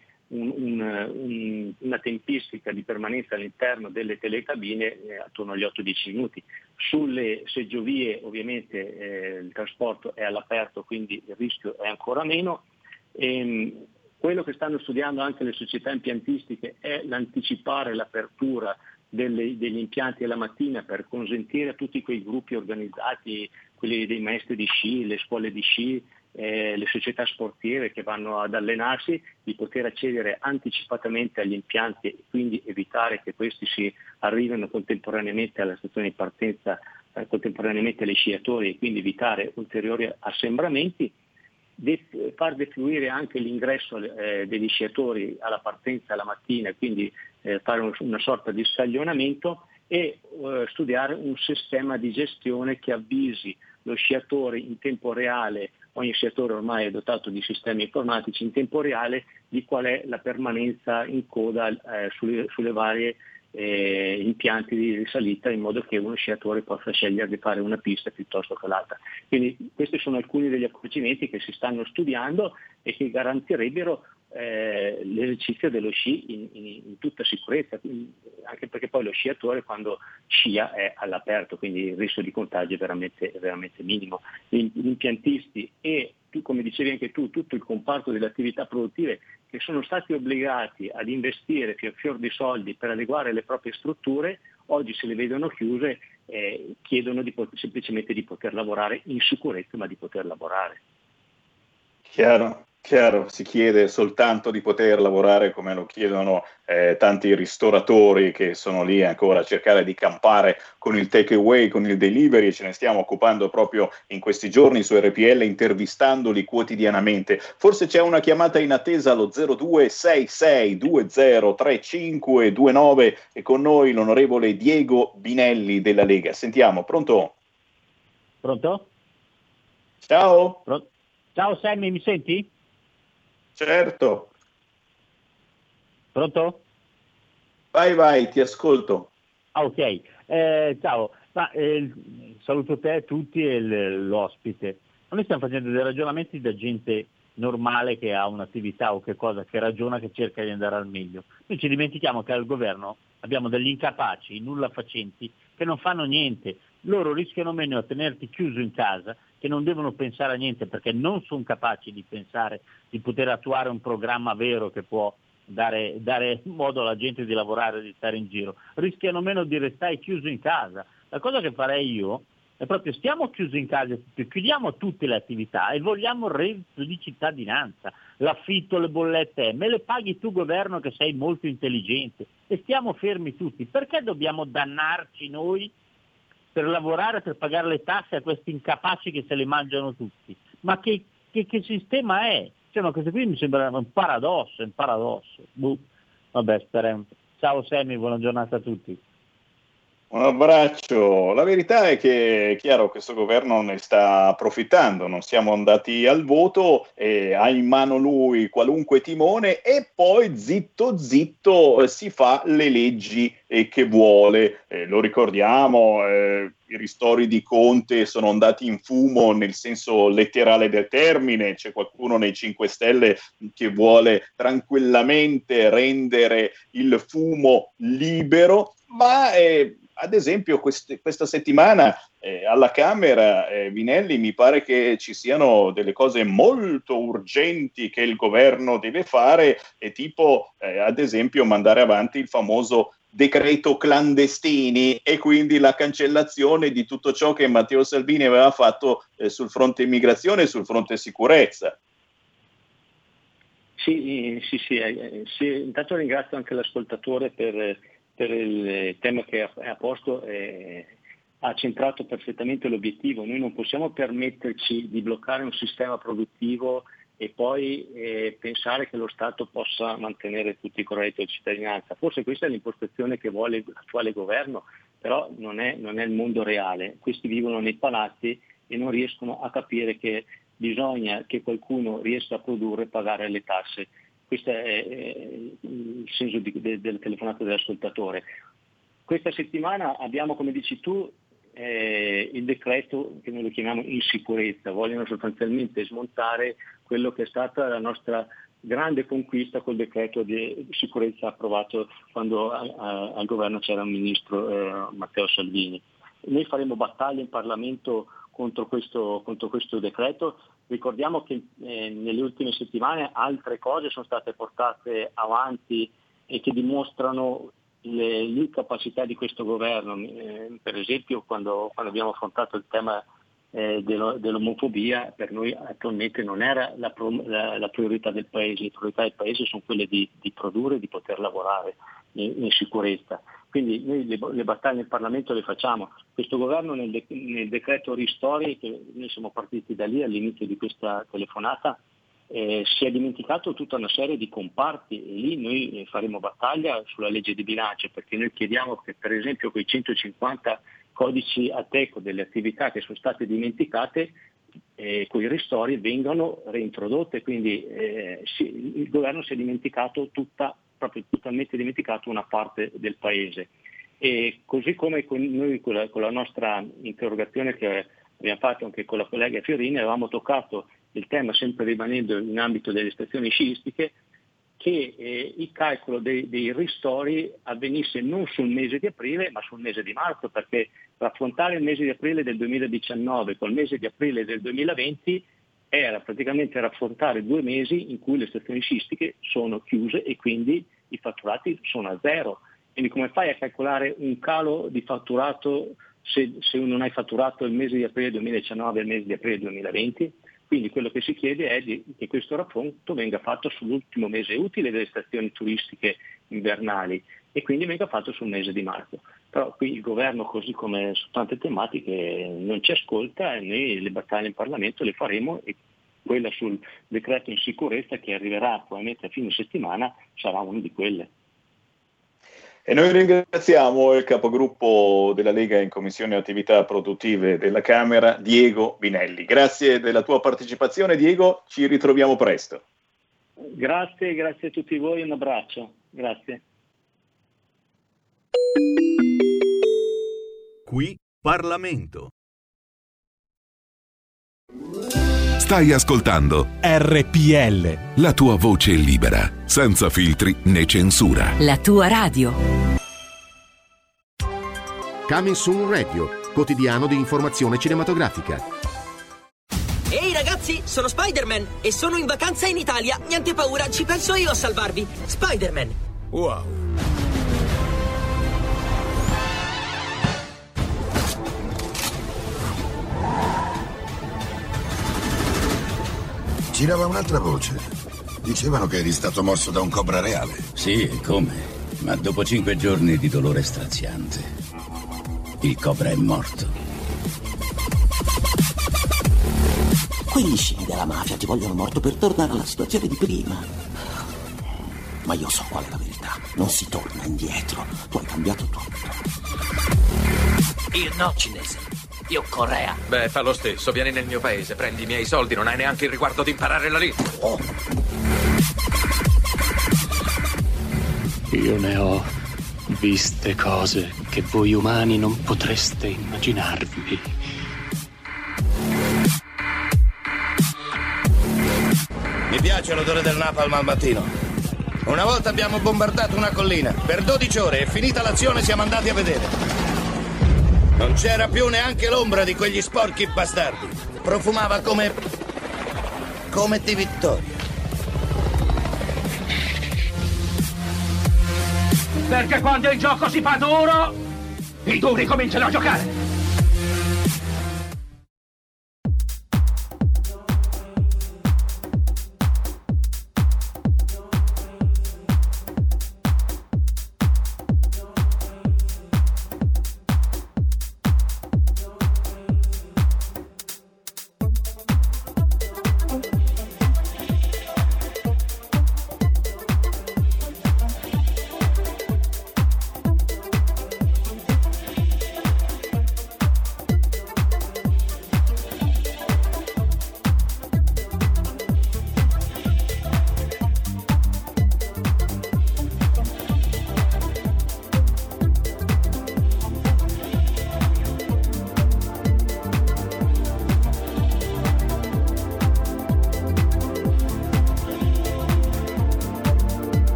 una tempistica di permanenza all'interno delle telecabine attorno agli 8-10 minuti. Sulle seggiovie ovviamente il trasporto è all'aperto, quindi il rischio è ancora meno. Quello che stanno studiando anche le società impiantistiche è l'anticipare l'apertura degli impianti alla mattina per consentire a tutti quei gruppi organizzati, quelli dei maestri di sci, le scuole di sci, le società sportive che vanno ad allenarsi, di poter accedere anticipatamente agli impianti e quindi evitare che questi si arrivino contemporaneamente alla stazione di partenza, contemporaneamente agli sciatori, e quindi evitare ulteriori assembramenti. Far defluire anche l'ingresso degli sciatori alla partenza la mattina, quindi fare una sorta di scaglionamento e studiare un sistema di gestione che avvisi lo sciatore in tempo reale. Ogni sciatore ormai è dotato di sistemi informatici in tempo reale di qual è la permanenza in coda sulle varie impianti di risalita, in modo che uno sciatore possa scegliere di fare una pista piuttosto che l'altra. Quindi questi sono alcuni degli accorgimenti che si stanno studiando e che garantirebbero l'esercizio dello sci in tutta sicurezza, anche perché poi lo sciatore quando scia è all'aperto, quindi il rischio di contagio è veramente minimo. Gli impiantisti e, come dicevi anche tu, tutto il comparto delle attività produttive che sono stati obbligati ad investire fior di soldi per adeguare le proprie strutture, oggi se le vedono chiuse, chiedono semplicemente di poter lavorare in sicurezza, ma di poter lavorare.
Chiaro, si chiede soltanto di poter lavorare, come lo chiedono tanti ristoratori che sono lì ancora a cercare di campare con il take away, con il delivery, e ce ne stiamo occupando proprio in questi giorni su RPL, intervistandoli quotidianamente. Forse c'è una chiamata in attesa allo 0266203529 e con noi l'onorevole Diego Binelli della Lega. Sentiamo, pronto?
Pronto?
Ciao.
Ciao Sammy, mi senti?
Certo.
Pronto?
Vai, ti ascolto.
Ok, ciao. Saluto te, tutti e l'ospite. Noi stiamo facendo dei ragionamenti da gente normale che ha un'attività o che cosa, che ragiona, che cerca di andare al meglio. Noi ci dimentichiamo che al governo abbiamo degli incapaci, nulla facenti, che non fanno niente. Loro rischiano meno a tenerti chiuso in casa, che non devono pensare a niente perché non sono capaci di pensare di poter attuare un programma vero che può dare modo alla gente di lavorare, di stare in giro. Rischiano meno di restare chiuso in casa. La cosa che farei io è proprio stiamo chiusi in casa, chiudiamo tutte le attività e vogliamo il reddito di cittadinanza, l'affitto, le bollette, me le paghi tu governo che sei molto intelligente e stiamo fermi tutti. Perché dobbiamo dannarci noi per lavorare, per pagare le tasse a questi incapaci che se le mangiano tutti? Ma che sistema è? Cioè, ma questo qui mi sembra un paradosso. Vabbè, speriamo. Ciao Sammy, buona giornata a tutti.
Un abbraccio. La verità è che è chiaro questo governo ne sta approfittando, non siamo andati al voto, ha in mano lui qualunque timone e poi zitto si fa le leggi che vuole. Lo ricordiamo, i ristori di Conte sono andati in fumo nel senso letterale del termine, c'è qualcuno nei 5 Stelle che vuole tranquillamente rendere il fumo libero, ma ad esempio questa settimana alla Camera, Vinelli, mi pare che ci siano delle cose molto urgenti che il governo deve fare, e tipo ad esempio mandare avanti il famoso decreto clandestini e quindi la cancellazione di tutto ciò che Matteo Salvini aveva fatto sul fronte immigrazione e sul fronte sicurezza.
Sì, intanto ringrazio anche l'ascoltatore per il tema che ha posto, ha centrato perfettamente l'obiettivo. Noi non possiamo permetterci di bloccare un sistema produttivo e poi pensare che lo Stato possa mantenere tutti i reddito di cittadinanza. Forse questa è l'impostazione che vuole l'attuale governo, però non è il mondo reale. Questi vivono nei palazzi e non riescono a capire che bisogna che qualcuno riesca a produrre e pagare le tasse. Questo è il senso della telefonata dell'ascoltatore. Questa settimana abbiamo, come dici tu, il decreto che noi lo chiamiamo insicurezza. Vogliono sostanzialmente smontare quello che è stata la nostra grande conquista col decreto di sicurezza approvato quando al governo c'era un ministro, Matteo Salvini. Noi faremo battaglia in Parlamento contro questo decreto. Ricordiamo che nelle ultime settimane altre cose sono state portate avanti e che dimostrano l'incapacità di questo governo. Per esempio quando abbiamo affrontato il tema dell'omofobia, per noi attualmente non era la priorità del Paese. Le priorità del Paese sono quelle di produrre, di poter lavorare in sicurezza. Quindi noi le battaglie in Parlamento le facciamo. Questo governo nel decreto ristori, che noi siamo partiti da lì all'inizio di questa telefonata, si è dimenticato tutta una serie di comparti e lì noi faremo battaglia sulla legge di bilancio, perché noi chiediamo che per esempio quei 150 codici Ateco delle attività che sono state dimenticate, quei ristori vengano reintrodotte, quindi il governo si è dimenticato proprio totalmente dimenticato una parte del paese. E così come noi con la nostra interrogazione che abbiamo fatto anche con la collega Fiorini, avevamo toccato il tema, sempre rimanendo in ambito delle stazioni sciistiche, che il calcolo dei ristori avvenisse non sul mese di aprile ma sul mese di marzo, perché raffrontare il mese di aprile del 2019 col mese di aprile del 2020 era praticamente raffrontare 2 mesi in cui le stazioni sciistiche sono chiuse e quindi i fatturati sono a zero. Quindi come fai a calcolare un calo di fatturato se non hai fatturato il mese di aprile 2019 e il mese di aprile 2020? Quindi quello che si chiede è che questo raffronto venga fatto sull'ultimo mese utile delle stazioni turistiche invernali e quindi venga fatto sul mese di marzo. Però qui il governo, così come su tante tematiche, non ci ascolta e noi le battaglie in Parlamento le faremo, e quella sul decreto in sicurezza che arriverà probabilmente a fine settimana sarà una di quelle.
E noi ringraziamo il capogruppo della Lega in Commissione Attività Produttive della Camera, Diego Vinelli. Grazie della tua partecipazione, Diego, ci ritroviamo presto.
Grazie a tutti voi, un abbraccio. Grazie.
Qui Parlamento. Stai ascoltando
RPL.
La tua voce libera, senza filtri né censura.
La tua radio.
Coming Soon Radio, quotidiano di informazione cinematografica.
Ehi ragazzi, sono Spider-Man e sono in vacanza in Italia. Niente paura, ci penso io a salvarvi. Spider-Man.
Wow.
Girava un'altra voce. Dicevano che eri stato morso da un cobra reale.
Sì, e come? Ma dopo 5 giorni di dolore straziante, il cobra è morto.
Quegli scimi della mafia ti vogliono morto per tornare alla situazione di prima. Ma io so qual è la verità. Non si torna indietro. Tu hai cambiato tutto.
Io no, cinese. Io Corea. Beh, fa lo stesso. Vieni nel mio paese, prendi i miei soldi, non hai neanche il riguardo di imparare la lingua. Oh.
Io ne ho viste cose che voi umani non potreste immaginarvi.
Mi piace l'odore del napalm al mattino. Una volta abbiamo bombardato una collina. Per 12 ore e finita l'azione siamo andati a vedere. Non c'era più neanche l'ombra di quegli sporchi bastardi. Profumava come di vittoria.
Perché quando il gioco si fa duro, i duri cominciano a giocare.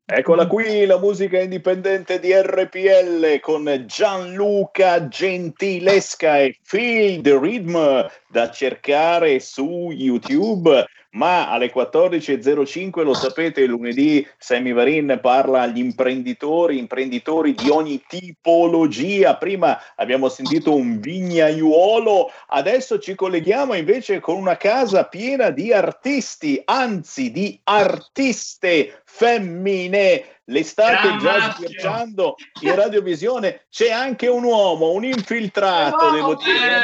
Eccola qui, la musica indipendente di RPL con Gianluca Gentilesca e Feel the Rhythm, da cercare su YouTube. Ma alle 14.05, lo sapete, lunedì Sammy Varin parla agli imprenditori di ogni tipologia. Prima abbiamo sentito un vignaiuolo, adesso ci colleghiamo invece con una casa piena di artisti, anzi di artiste femmine. L'estate già sbirciando in radiovisione. C'è anche un uomo, un infiltrato, devo dire.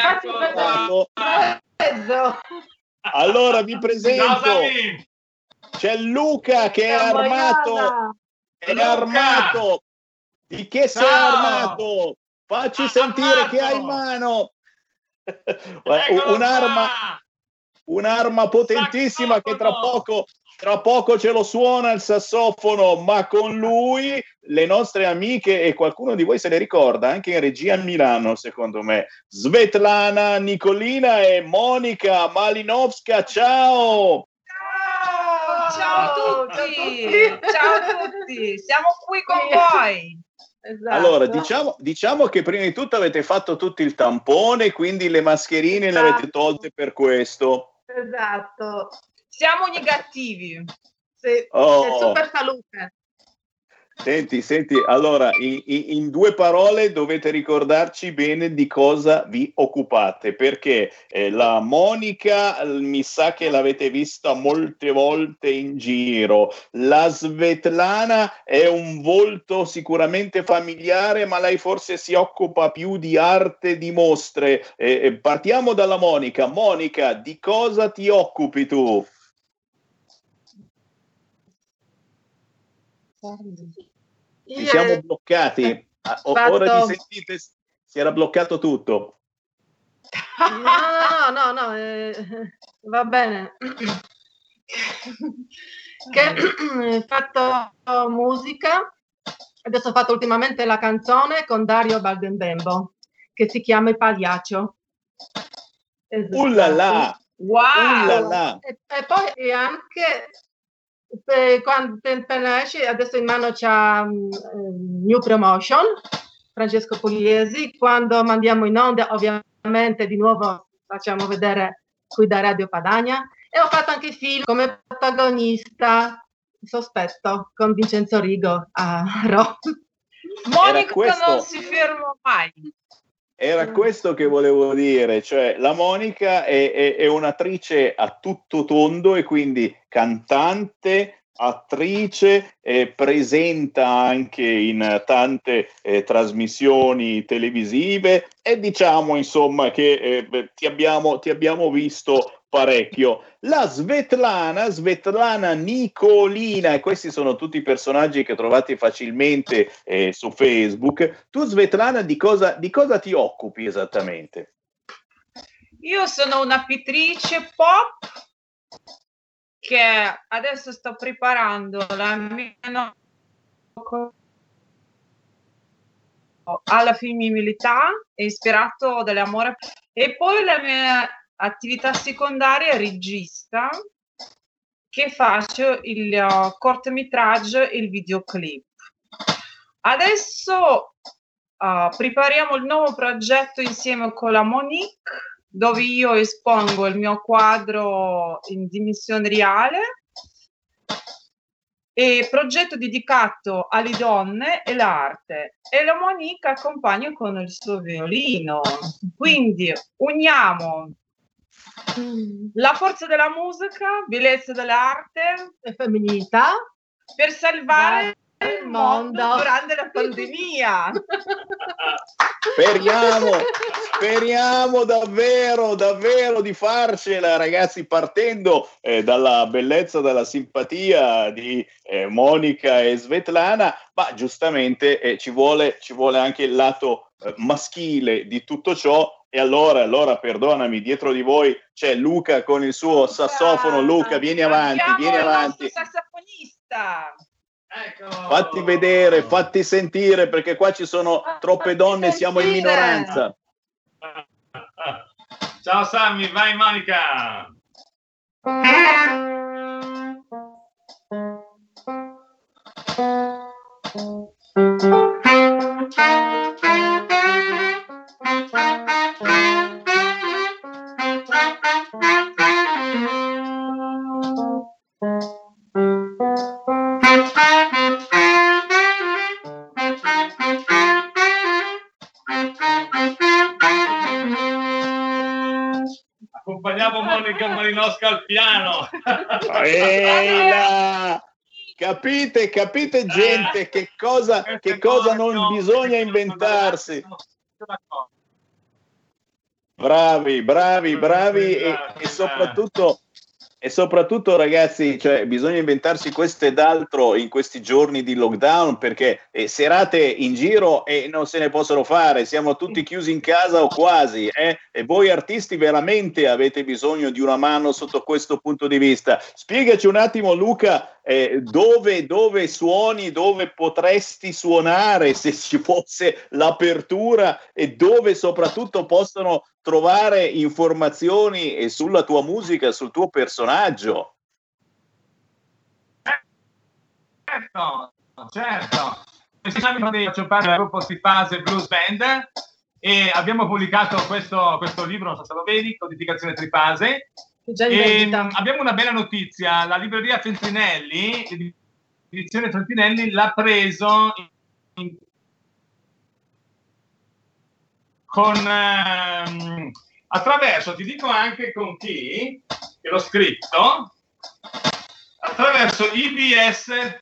Allora vi presento, c'è Luca che è armato. Di che sei armato? Facci sentire che hai in mano. Un'arma potentissima che tra poco ce lo suona il sassofono, ma con lui le nostre amiche, e qualcuno di voi se le ricorda anche in regia a Milano, secondo me, Svetlana Nicolina e Monica Malinovska. Ciao
a tutti, siamo qui con voi.
Esatto. Allora, diciamo che prima di tutto avete fatto tutti il tampone, quindi le mascherine le avete tolte per questo.
Esatto. Siamo negativi. Sì, è super salute.
Senti, allora, in due parole dovete ricordarci bene di cosa vi occupate, perché la Monica mi sa che l'avete vista molte volte in giro, la Svetlana è un volto sicuramente familiare, ma lei forse si occupa più di arte di mostre. Partiamo dalla Monica. Monica, di cosa ti occupi tu? Ci siamo bloccati. Ora vi sentite? Si era bloccato tutto.
No, va bene. Ho fatto musica, adesso ho fatto ultimamente la canzone con Dario Baldenbembo che si chiama Il Pagliaccio. Esatto.
Ullala!
Wow!
Ullala.
E poi anche quando appena esce, adesso in mano c'ha New Promotion, Francesco Pugliesi, quando mandiamo in onda ovviamente di nuovo facciamo vedere qui da Radio Padania, e ho fatto anche film come protagonista Sospetto con Vincenzo Rigo a Ro. Monica non si ferma mai.
Era questo che volevo dire, cioè la Monica è un'attrice a tutto tondo e quindi cantante, attrice, presenta anche in tante trasmissioni televisive e diciamo insomma che ti abbiamo visto parecchio. La Svetlana Nicolina, e questi sono tutti i personaggi che trovate facilmente su Facebook. Tu Svetlana di cosa ti occupi esattamente?
Io sono una pittrice pop che adesso sto preparando la mia alla femminilità, ispirato dall'amore, e poi la mia attività secondaria è regista, che faccio il cortometraggio e il videoclip. Adesso prepariamo il nuovo progetto insieme con la Monique, dove io espongo il mio quadro in dimensione reale, e progetto dedicato alle donne e l'arte, e la Monique accompagna con il suo violino. Quindi uniamo la forza della musica, bellezza dell'arte e femminilità per salvare il mondo durante la pandemia.
Speriamo davvero di farcela, ragazzi, partendo dalla bellezza, dalla simpatia di Monica e Svetlana, ma giustamente ci vuole anche il lato maschile di tutto ciò. E allora, perdonami, dietro di voi c'è Luca con il suo sassofono. Luca, vieni avanti.
Il nostro sassofonista.
Ecco. Fatti vedere, fatti sentire, perché qua ci sono troppe donne, siamo in minoranza.
Ciao Sammy, vai Monica. Monica Malinowska al piano.
Capite gente che cosa non bisogna inventarsi. Bravi e soprattutto ragazzi, cioè, bisogna inventarsi questo ed altro in questi giorni di lockdown, perché serate in giro non se ne possono fare, siamo tutti chiusi in casa o quasi, e voi artisti veramente avete bisogno di una mano sotto questo punto di vista. Spiegaci un attimo, Luca, dove suoni, dove potresti suonare se ci fosse l'apertura, e dove soprattutto possono trovare informazioni sulla tua musica, sul tuo personaggio.
Certo. Faccio parte del gruppo Trifase Blues Band e abbiamo pubblicato questo libro, non so se lo vedi, Codificazione Trifase. E abbiamo una bella notizia: la libreria Feltrinelli, edizione Feltrinelli, l'ha preso attraverso, ti dico anche con chi, che l'ho scritto, attraverso ibs.it.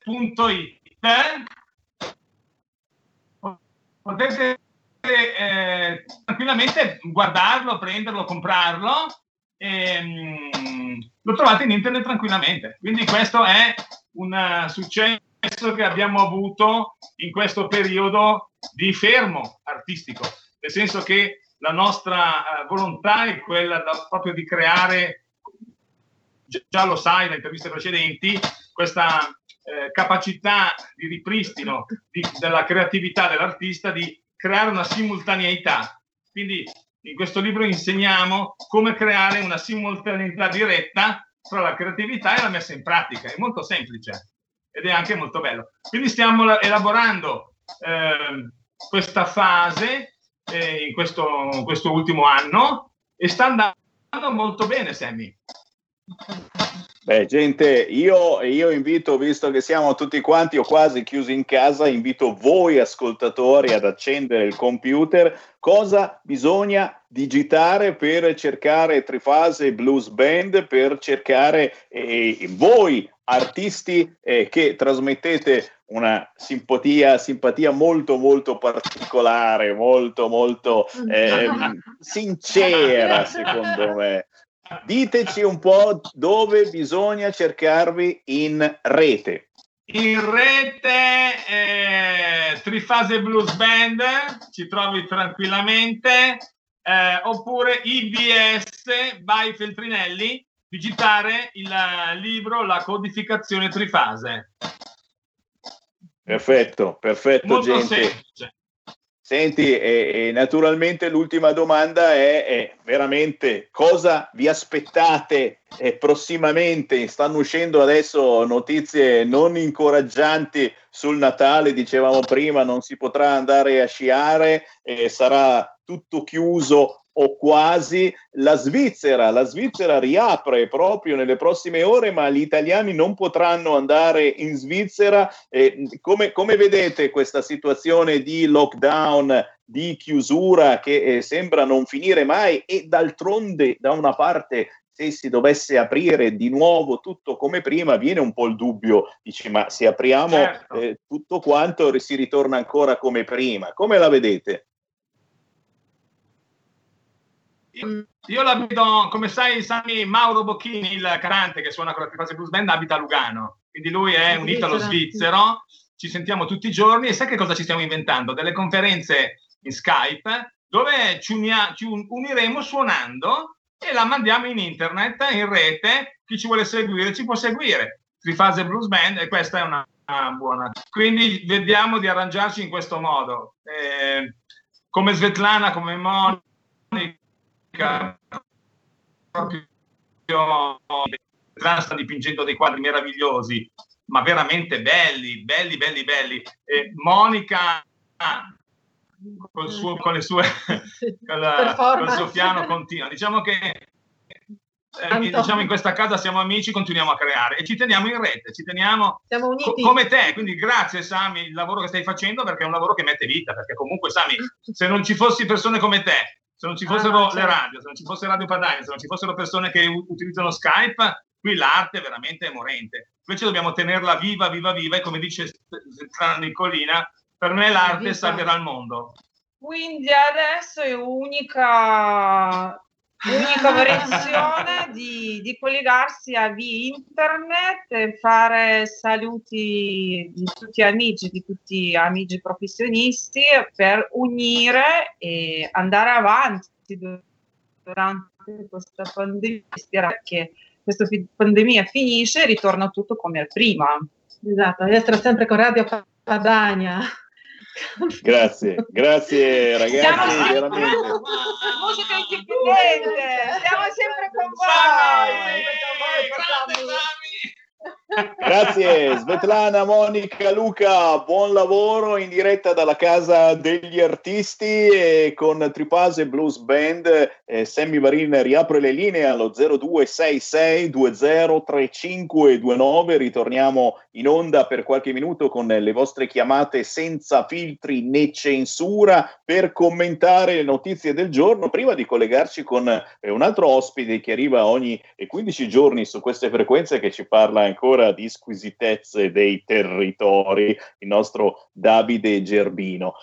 Potete tranquillamente guardarlo, prenderlo, comprarlo. Lo trovate in internet tranquillamente, quindi questo è un successo che abbiamo avuto in questo periodo di fermo artistico, nel senso che la nostra volontà è quella proprio di creare, già lo sai da interviste precedenti, questa capacità di ripristino della creatività dell'artista, di creare una simultaneità. Quindi in questo libro insegniamo come creare una simultaneità diretta tra la creatività e la messa in pratica. È molto semplice ed è anche molto bello. Quindi stiamo elaborando questa fase in questo ultimo anno e sta andando molto bene, Sammy.
Beh, gente, io invito, visto che siamo tutti quanti o quasi chiusi in casa, invito voi ascoltatori ad accendere il computer. Cosa bisogna digitare per cercare Trifase Blues Band, per cercare voi artisti che trasmettete una simpatia molto molto particolare, molto sincera, secondo me. Diteci un po' dove bisogna cercarvi in rete.
In rete Trifase Blues Band, ci trovi tranquillamente, oppure IBS by Feltrinelli, digitare il libro La Codificazione Trifase.
Perfetto,
molto
gente.
semplice.
Senti, naturalmente l'ultima domanda è veramente cosa vi aspettate prossimamente? Stanno uscendo adesso notizie non incoraggianti sul Natale, dicevamo prima, non si potrà andare a sciare, sarà tutto chiuso o quasi. La Svizzera riapre proprio nelle prossime ore, ma gli italiani non potranno andare in Svizzera. Come vedete questa situazione di lockdown, di chiusura che sembra non finire mai? E d'altronde, da una parte, se si dovesse aprire di nuovo tutto come prima, viene un po' il dubbio, dici, ma se apriamo tutto quanto si ritorna ancora come prima. Come la vedete?
Io la vedo, come sai, Sammy, Mauro Bocchini, il cantante che suona con la Trifase Blues Band, abita a Lugano, quindi lui è un italo-svizzero, ci sentiamo tutti i giorni e sai che cosa ci stiamo inventando? Delle conferenze in Skype dove ci uniremo suonando e la mandiamo in internet, in rete. Chi ci vuole seguire ci può seguire, Trifase Blues Band, e questa è una buona. Quindi vediamo di arrangiarci in questo modo, come Svetlana, come Monica, proprio sta dipingendo dei quadri meravigliosi, ma veramente belli. Monica col suo piano continua, diciamo che in questa casa siamo amici, continuiamo a creare e ci teniamo in rete, siamo uniti come te. Quindi grazie Sami, il lavoro che stai facendo, perché è un lavoro che mette vita, perché comunque Sami, se non ci fossi persone come te Se non ci fossero le radio, se non ci fosse Radio Padania, se non ci fossero persone che utilizzano Skype, qui l'arte veramente è morente. Invece dobbiamo tenerla viva, viva, viva, e come dice Nicolina, per me l'arte salverà il mondo.
Quindi adesso è unica variazione di collegarsi a via internet e fare saluti di tutti gli amici professionisti per unire e andare avanti durante questa pandemia. Spero che questa pandemia finisce e ritorna tutto come prima.
Esatto, essere sempre con Radio Padania.
Grazie ragazzi, veramente.
Musica indipendente, siamo sempre con voi.
Grazie Svetlana, Monica, Luca, buon lavoro in diretta dalla Casa degli Artisti, e con Tripase Blues Band Sammy Varin riapre le linee allo 0266203529. Ritorniamo in onda per qualche minuto con le vostre chiamate senza filtri né censura per commentare le notizie del giorno, prima di collegarci con un altro ospite che arriva ogni 15 giorni su queste frequenze, che ci parla ancora di squisitezze dei territori, il nostro Davide Gerbino.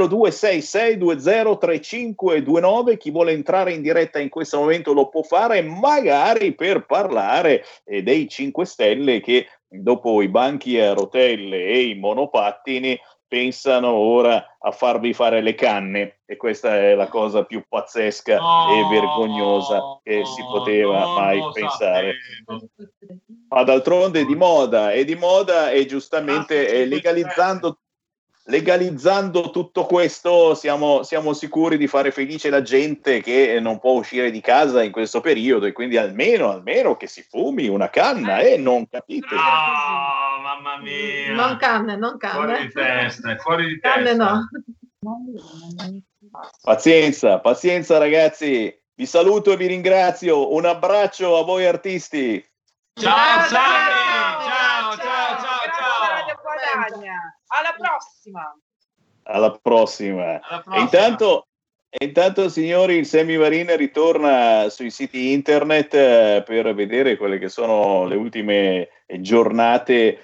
0266203529. Chi vuole entrare in diretta in questo momento lo può fare, magari per parlare dei 5 Stelle che dopo i banchi a rotelle e i monopattini pensano ora a farvi fare le canne, e questa è la cosa più pazzesca e vergognosa che si poteva mai pensare. Ma d'altronde di moda e giustamente legalizzando tutto questo siamo sicuri di fare felice la gente che non può uscire di casa in questo periodo, e quindi almeno che si fumi una canna, non capite?
No, mamma mia.
Non canne.
Fuori di testa.
Canne no.
Pazienza ragazzi, vi saluto e vi ringrazio, un abbraccio a voi artisti.
Ciao Sammy, ciao.
Alla prossima.
E intanto signori, il Sammy Varin ritorna sui siti internet per vedere quelle che sono le ultime giornate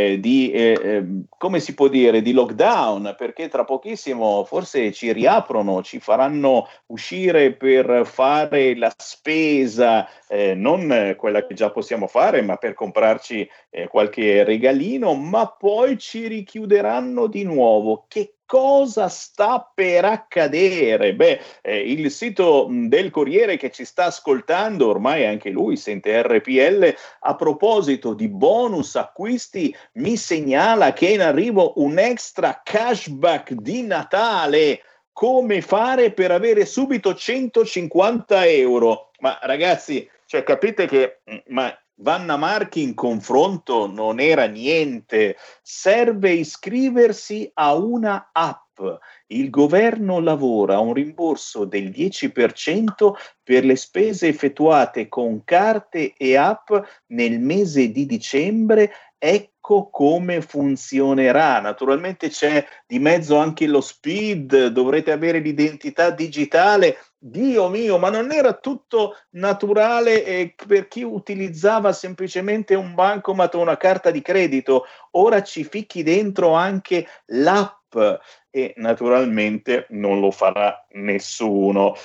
come si può dire, di lockdown, perché tra pochissimo forse ci riaprono, ci faranno uscire per fare la spesa, non quella che già possiamo fare, ma per comprarci qualche regalino, ma poi ci richiuderanno di nuovo. Che cosa sta per accadere? Il sito del Corriere, che ci sta ascoltando, ormai anche lui sente RPL, a proposito di bonus acquisti, mi segnala che è in arrivo un extra cashback di Natale. Come fare per avere subito 150 euro? Ma ragazzi, cioè capite che Vanna Marchi in confronto non era niente, serve iscriversi a una app. Il governo lavora a un rimborso del 10% per le spese effettuate con carte e app nel mese di dicembre. Ecco come funzionerà. Naturalmente c'è di mezzo anche lo SPID, dovrete avere l'identità digitale. Dio mio, ma non era tutto naturale per chi utilizzava semplicemente un bancomat o una carta di credito? Ora ci ficchi dentro anche l'app, e naturalmente non lo farà nessuno.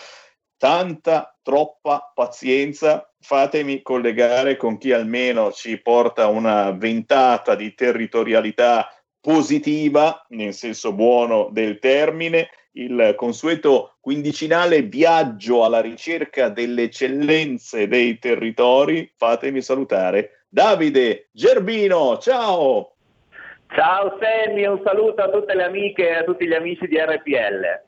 Troppa pazienza. Fatemi collegare con chi almeno ci porta una ventata di territorialità positiva, nel senso buono del termine, il consueto quindicinale viaggio alla ricerca delle eccellenze dei territori. Fatemi salutare Davide Gerbino. Ciao!
Ciao Sammy, un saluto a tutte le amiche e a tutti gli amici di RPL.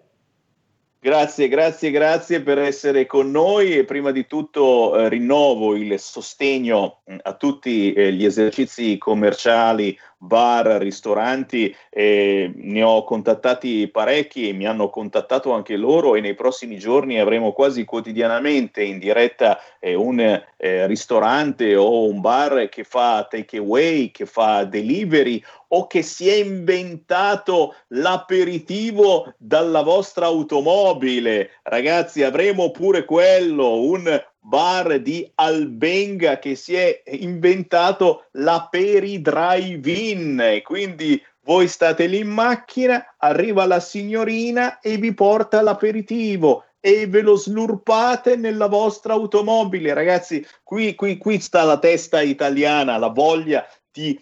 Grazie per essere con noi, e prima di tutto rinnovo il sostegno a tutti gli esercizi commerciali bar, ristoranti, ne ho contattati parecchi e mi hanno contattato anche loro, e nei prossimi giorni avremo quasi quotidianamente in diretta un ristorante o un bar che fa take away, che fa delivery, o che si è inventato l'aperitivo dalla vostra automobile. Ragazzi, avremo pure quello, un bar di Albenga che si è inventato l'Aperi Drive-In, quindi voi state lì in macchina, arriva la signorina e vi porta l'aperitivo e ve lo slurpate nella vostra automobile. Ragazzi, qui sta la testa italiana, la voglia di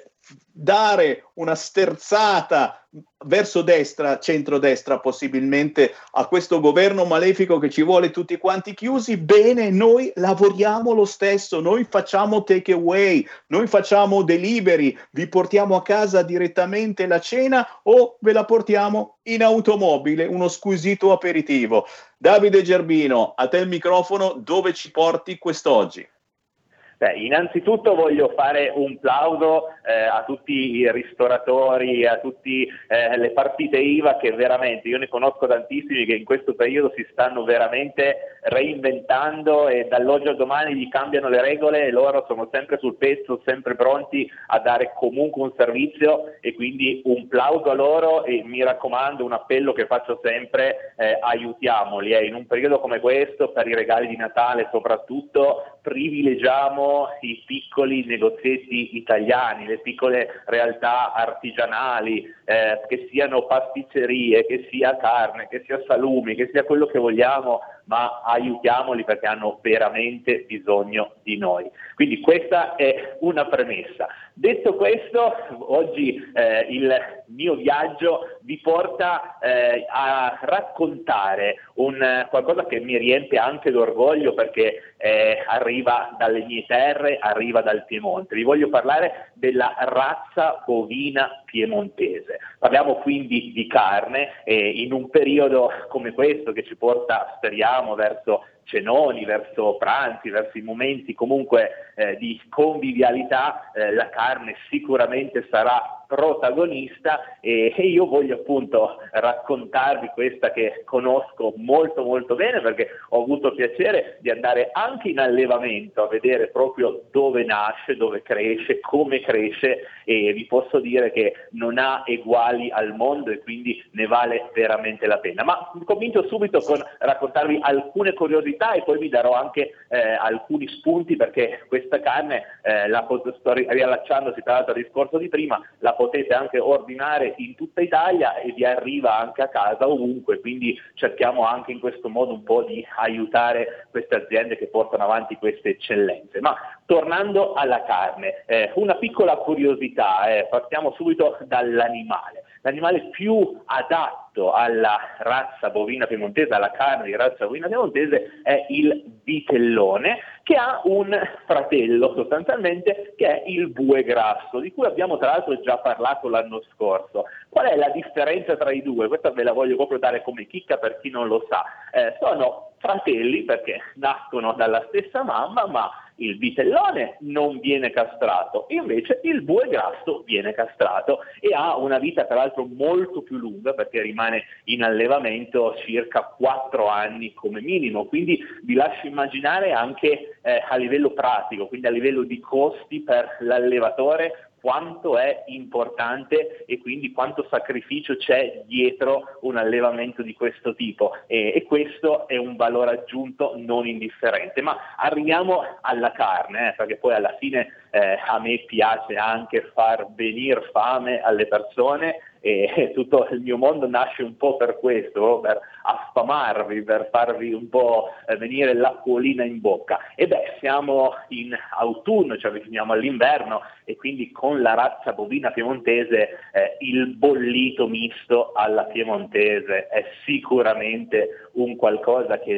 dare una sterzata verso destra, centrodestra possibilmente, a questo governo malefico che ci vuole tutti quanti chiusi. Bene, noi lavoriamo lo stesso, noi facciamo take away, noi facciamo delivery, vi portiamo a casa direttamente la cena o ve la portiamo in automobile, uno squisito aperitivo. Davide Gerbino, a te il microfono, dove ci porti quest'oggi?
Innanzitutto voglio fare un plauso a tutti i ristoratori, a tutte le partite IVA, che veramente, io ne conosco tantissimi che in questo periodo si stanno veramente reinventando, e dall'oggi al domani gli cambiano le regole e loro sono sempre sul pezzo, sempre pronti a dare comunque un servizio, e quindi un plauso a loro. E mi raccomando, un appello che faccio sempre, aiutiamoli, in un periodo come questo, per i regali di Natale soprattutto, privilegiamo i piccoli negozietti italiani, le piccole realtà artigianali, che siano pasticcerie, che sia carne, che sia salumi, che sia quello che vogliamo, ma aiutiamoli perché hanno veramente bisogno di noi. Quindi questa è una premessa. Detto questo, oggi il mio viaggio vi porta a raccontare qualcosa che mi riempie anche d'orgoglio, perché arriva dalle mie terre, arriva dal Piemonte. Vi voglio parlare della razza bovina piemontese. Parliamo quindi di carne, in un periodo come questo che ci porta, speriamo, verso cenoni, verso pranzi, verso i momenti comunque di convivialità. La carne sicuramente sarà protagonista, e io voglio appunto raccontarvi questa che conosco molto molto bene, perché ho avuto il piacere di andare anche in allevamento a vedere proprio dove nasce, dove cresce, come cresce, e vi posso dire che non ha eguali al mondo, e quindi ne vale veramente la pena. Ma comincio subito con raccontarvi alcune curiosità, e poi vi darò anche alcuni spunti, perché questa carne, sto riallacciandosi tra l'altro al discorso di prima, la potete anche ordinare in tutta Italia e vi arriva anche a casa ovunque, quindi cerchiamo anche in questo modo un po' di aiutare queste aziende che portano avanti queste eccellenze. Ma tornando alla carne, una piccola curiosità, partiamo subito dall'animale. L'animale più adatto alla razza bovina piemontese, alla carne di razza bovina piemontese, è il vitellone, che ha un fratello sostanzialmente, che è il bue grasso, di cui abbiamo tra l'altro già parlato l'anno scorso. Qual è la differenza tra i due? Questa ve la voglio proprio dare come chicca per chi non lo sa. Sono fratelli perché nascono dalla stessa mamma, ma il vitellone non viene castrato, invece il bue grasso viene castrato e ha una vita tra l'altro molto più lunga, perché rimane in allevamento circa 4 anni come minimo. Quindi vi lascio immaginare anche a livello pratico, quindi a livello di costi per l'allevatore, quanto è importante e quindi quanto sacrificio c'è dietro un allevamento di questo tipo, e questo è un valore aggiunto non indifferente. Ma arriviamo alla carne, perché poi alla fine a me piace anche far venire fame alle persone, e tutto il mio mondo nasce un po' per questo, per affamarvi, per farvi un po' venire l'acquolina in bocca. E siamo in autunno, ci avviciniamo all'inverno, e quindi con la razza bovina piemontese il bollito misto alla piemontese è sicuramente un qualcosa che è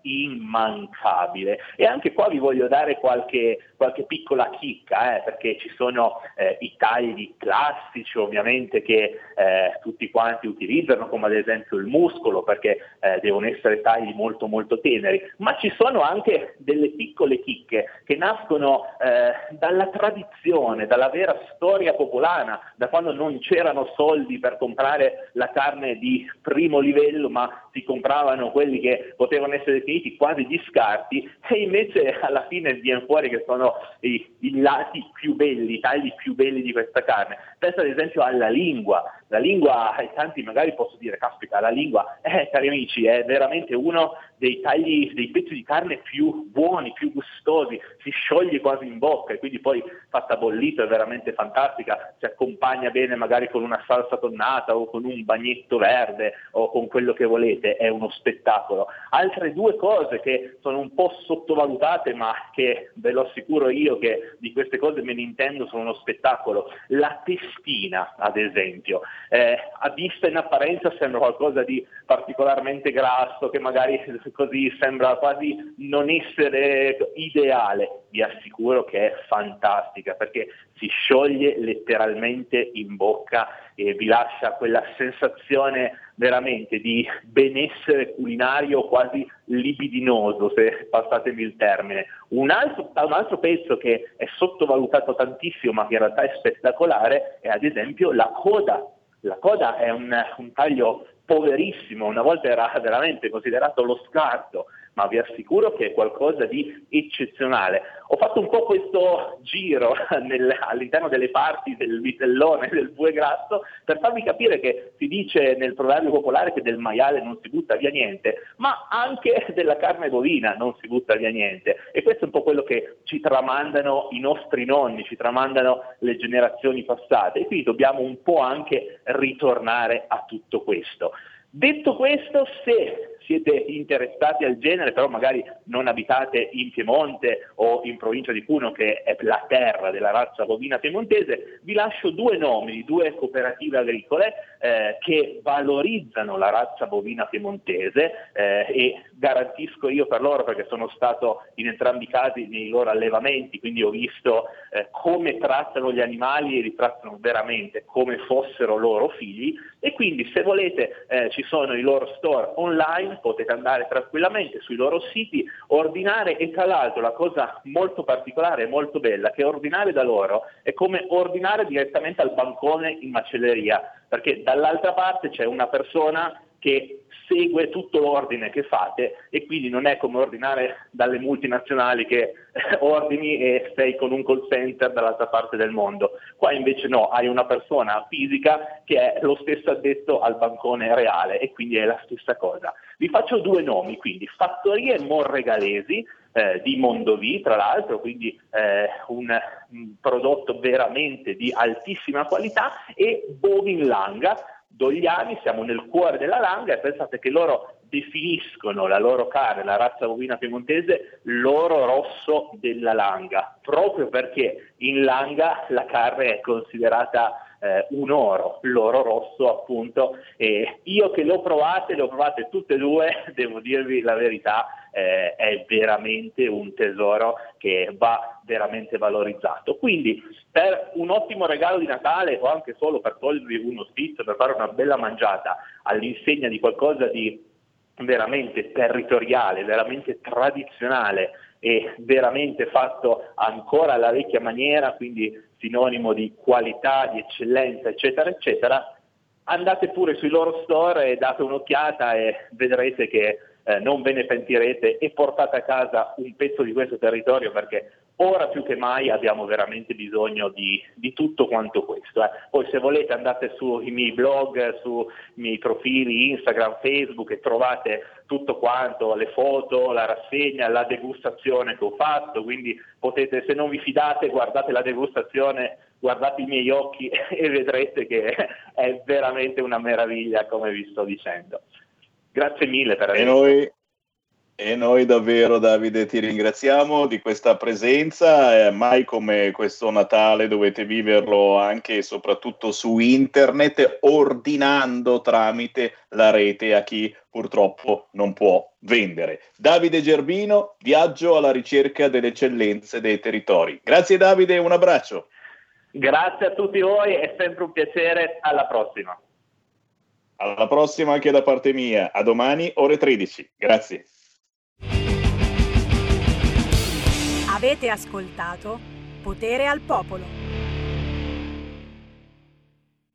immancabile. E anche qua vi voglio dare qualche piccola chicca, perché ci sono i tagli classici ovviamente che tutti quanti utilizzano, come ad esempio il muscolo, perché devono essere tagli molto molto teneri, ma ci sono anche delle piccole chicche che nascono dalla tradizione, dalla vera storia popolana, da quando non c'erano soldi per comprare la carne di primo livello, ma si compravano quelli che potevano essere definiti quasi gli scarti, e invece alla fine viene fuori che sono i lati più belli, i tagli più belli di questa carne. Pensa ad esempio alla lingua. La lingua, tanti magari posso dire, caspita, la lingua, cari amici, è veramente uno dei tagli, dei pezzi di carne più buoni, più gustosi, si scioglie quasi in bocca, e quindi poi fatta bollita è veramente fantastica, si accompagna bene magari con una salsa tonnata o con un bagnetto verde o con quello che volete, è uno spettacolo. Altre due cose che sono un po' sottovalutate, ma che ve lo assicuro io che di queste cose me ne intendo, sono uno spettacolo. La testina, ad esempio, a vista in apparenza sembra qualcosa di particolarmente grasso, che magari così sembra quasi non essere ideale. Vi assicuro che è fantastica, perché si scioglie letteralmente in bocca e vi lascia quella sensazione veramente di benessere culinario quasi libidinoso, se passatemi il termine. Un altro pezzo che è sottovalutato tantissimo, ma che in realtà è spettacolare, è ad esempio la coda. La coda è un taglio poverissimo, una volta era veramente considerato lo scarto, ma vi assicuro che è qualcosa di eccezionale. Ho fatto un po' questo giro all'interno delle parti del vitellone, del bue grasso, per farvi capire che si dice nel proverbio popolare che del maiale non si butta via niente, ma anche della carne bovina non si butta via niente. E questo è un po' quello che ci tramandano i nostri nonni, ci tramandano le generazioni passate, e quindi dobbiamo un po' anche ritornare a tutto questo. Detto questo, se siete interessati al genere, però magari non abitate in Piemonte o in provincia di Cuneo, che è la terra della razza bovina piemontese, vi lascio due nomi di due cooperative agricole che valorizzano la razza bovina piemontese, e garantisco io per loro, perché sono stato in entrambi i casi nei loro allevamenti, quindi ho visto come trattano gli animali, e li trattano veramente come fossero loro figli. E quindi se volete ci sono i loro store online, potete andare tranquillamente sui loro siti, ordinare, e tra l'altro la cosa molto particolare e molto bella che ordinare da loro è come ordinare direttamente al bancone in macelleria, perché dall'altra parte c'è una persona che segue tutto l'ordine che fate, e quindi non è come ordinare dalle multinazionali che ordini e sei con un call center dall'altra parte del mondo. Qua invece no, hai una persona fisica che è lo stesso addetto al bancone reale, e quindi è la stessa cosa. Vi faccio due nomi, quindi Fattorie Monregalesi di Mondovì, tra l'altro, quindi un prodotto veramente di altissima qualità, e Bovin Langa, Dogliani. Siamo nel cuore della Langa, e pensate che loro definiscono la loro carne, la razza bovina piemontese, l'oro rosso della Langa, proprio perché in Langa la carne è considerata un oro, l'oro rosso appunto, e io che le ho provate tutte e due, devo dirvi la verità, è veramente un tesoro che va veramente valorizzato. Quindi per un ottimo regalo di Natale, o anche solo per togliervi uno sfizio, per fare una bella mangiata all'insegna di qualcosa di veramente territoriale, veramente tradizionale e veramente fatto ancora alla vecchia maniera, quindi sinonimo di qualità, di eccellenza, eccetera, eccetera, andate pure sui loro store e date un'occhiata, e vedrete che non ve ne pentirete, e portate a casa un pezzo di questo territorio, perché ora più che mai abbiamo veramente bisogno di tutto quanto questo. Poi se volete andate sui miei blog, sui miei profili Instagram, Facebook, e trovate tutto quanto, le foto, la rassegna, la degustazione che ho fatto, quindi potete, se non vi fidate, guardate la degustazione, guardate i miei occhi e vedrete che è veramente una meraviglia, come vi sto dicendo. Grazie mille per avermi.
E noi davvero, Davide, ti ringraziamo di questa presenza. Mai come questo Natale dovete viverlo anche e soprattutto su internet, ordinando tramite la rete a chi purtroppo non può vendere. Davide Gerbino, viaggio alla ricerca delle eccellenze dei territori. Grazie Davide, un abbraccio.
Grazie a tutti voi, è sempre un piacere, alla prossima.
Alla prossima anche da parte mia, a domani ore 13. Grazie.
Avete ascoltato Potere al Popolo.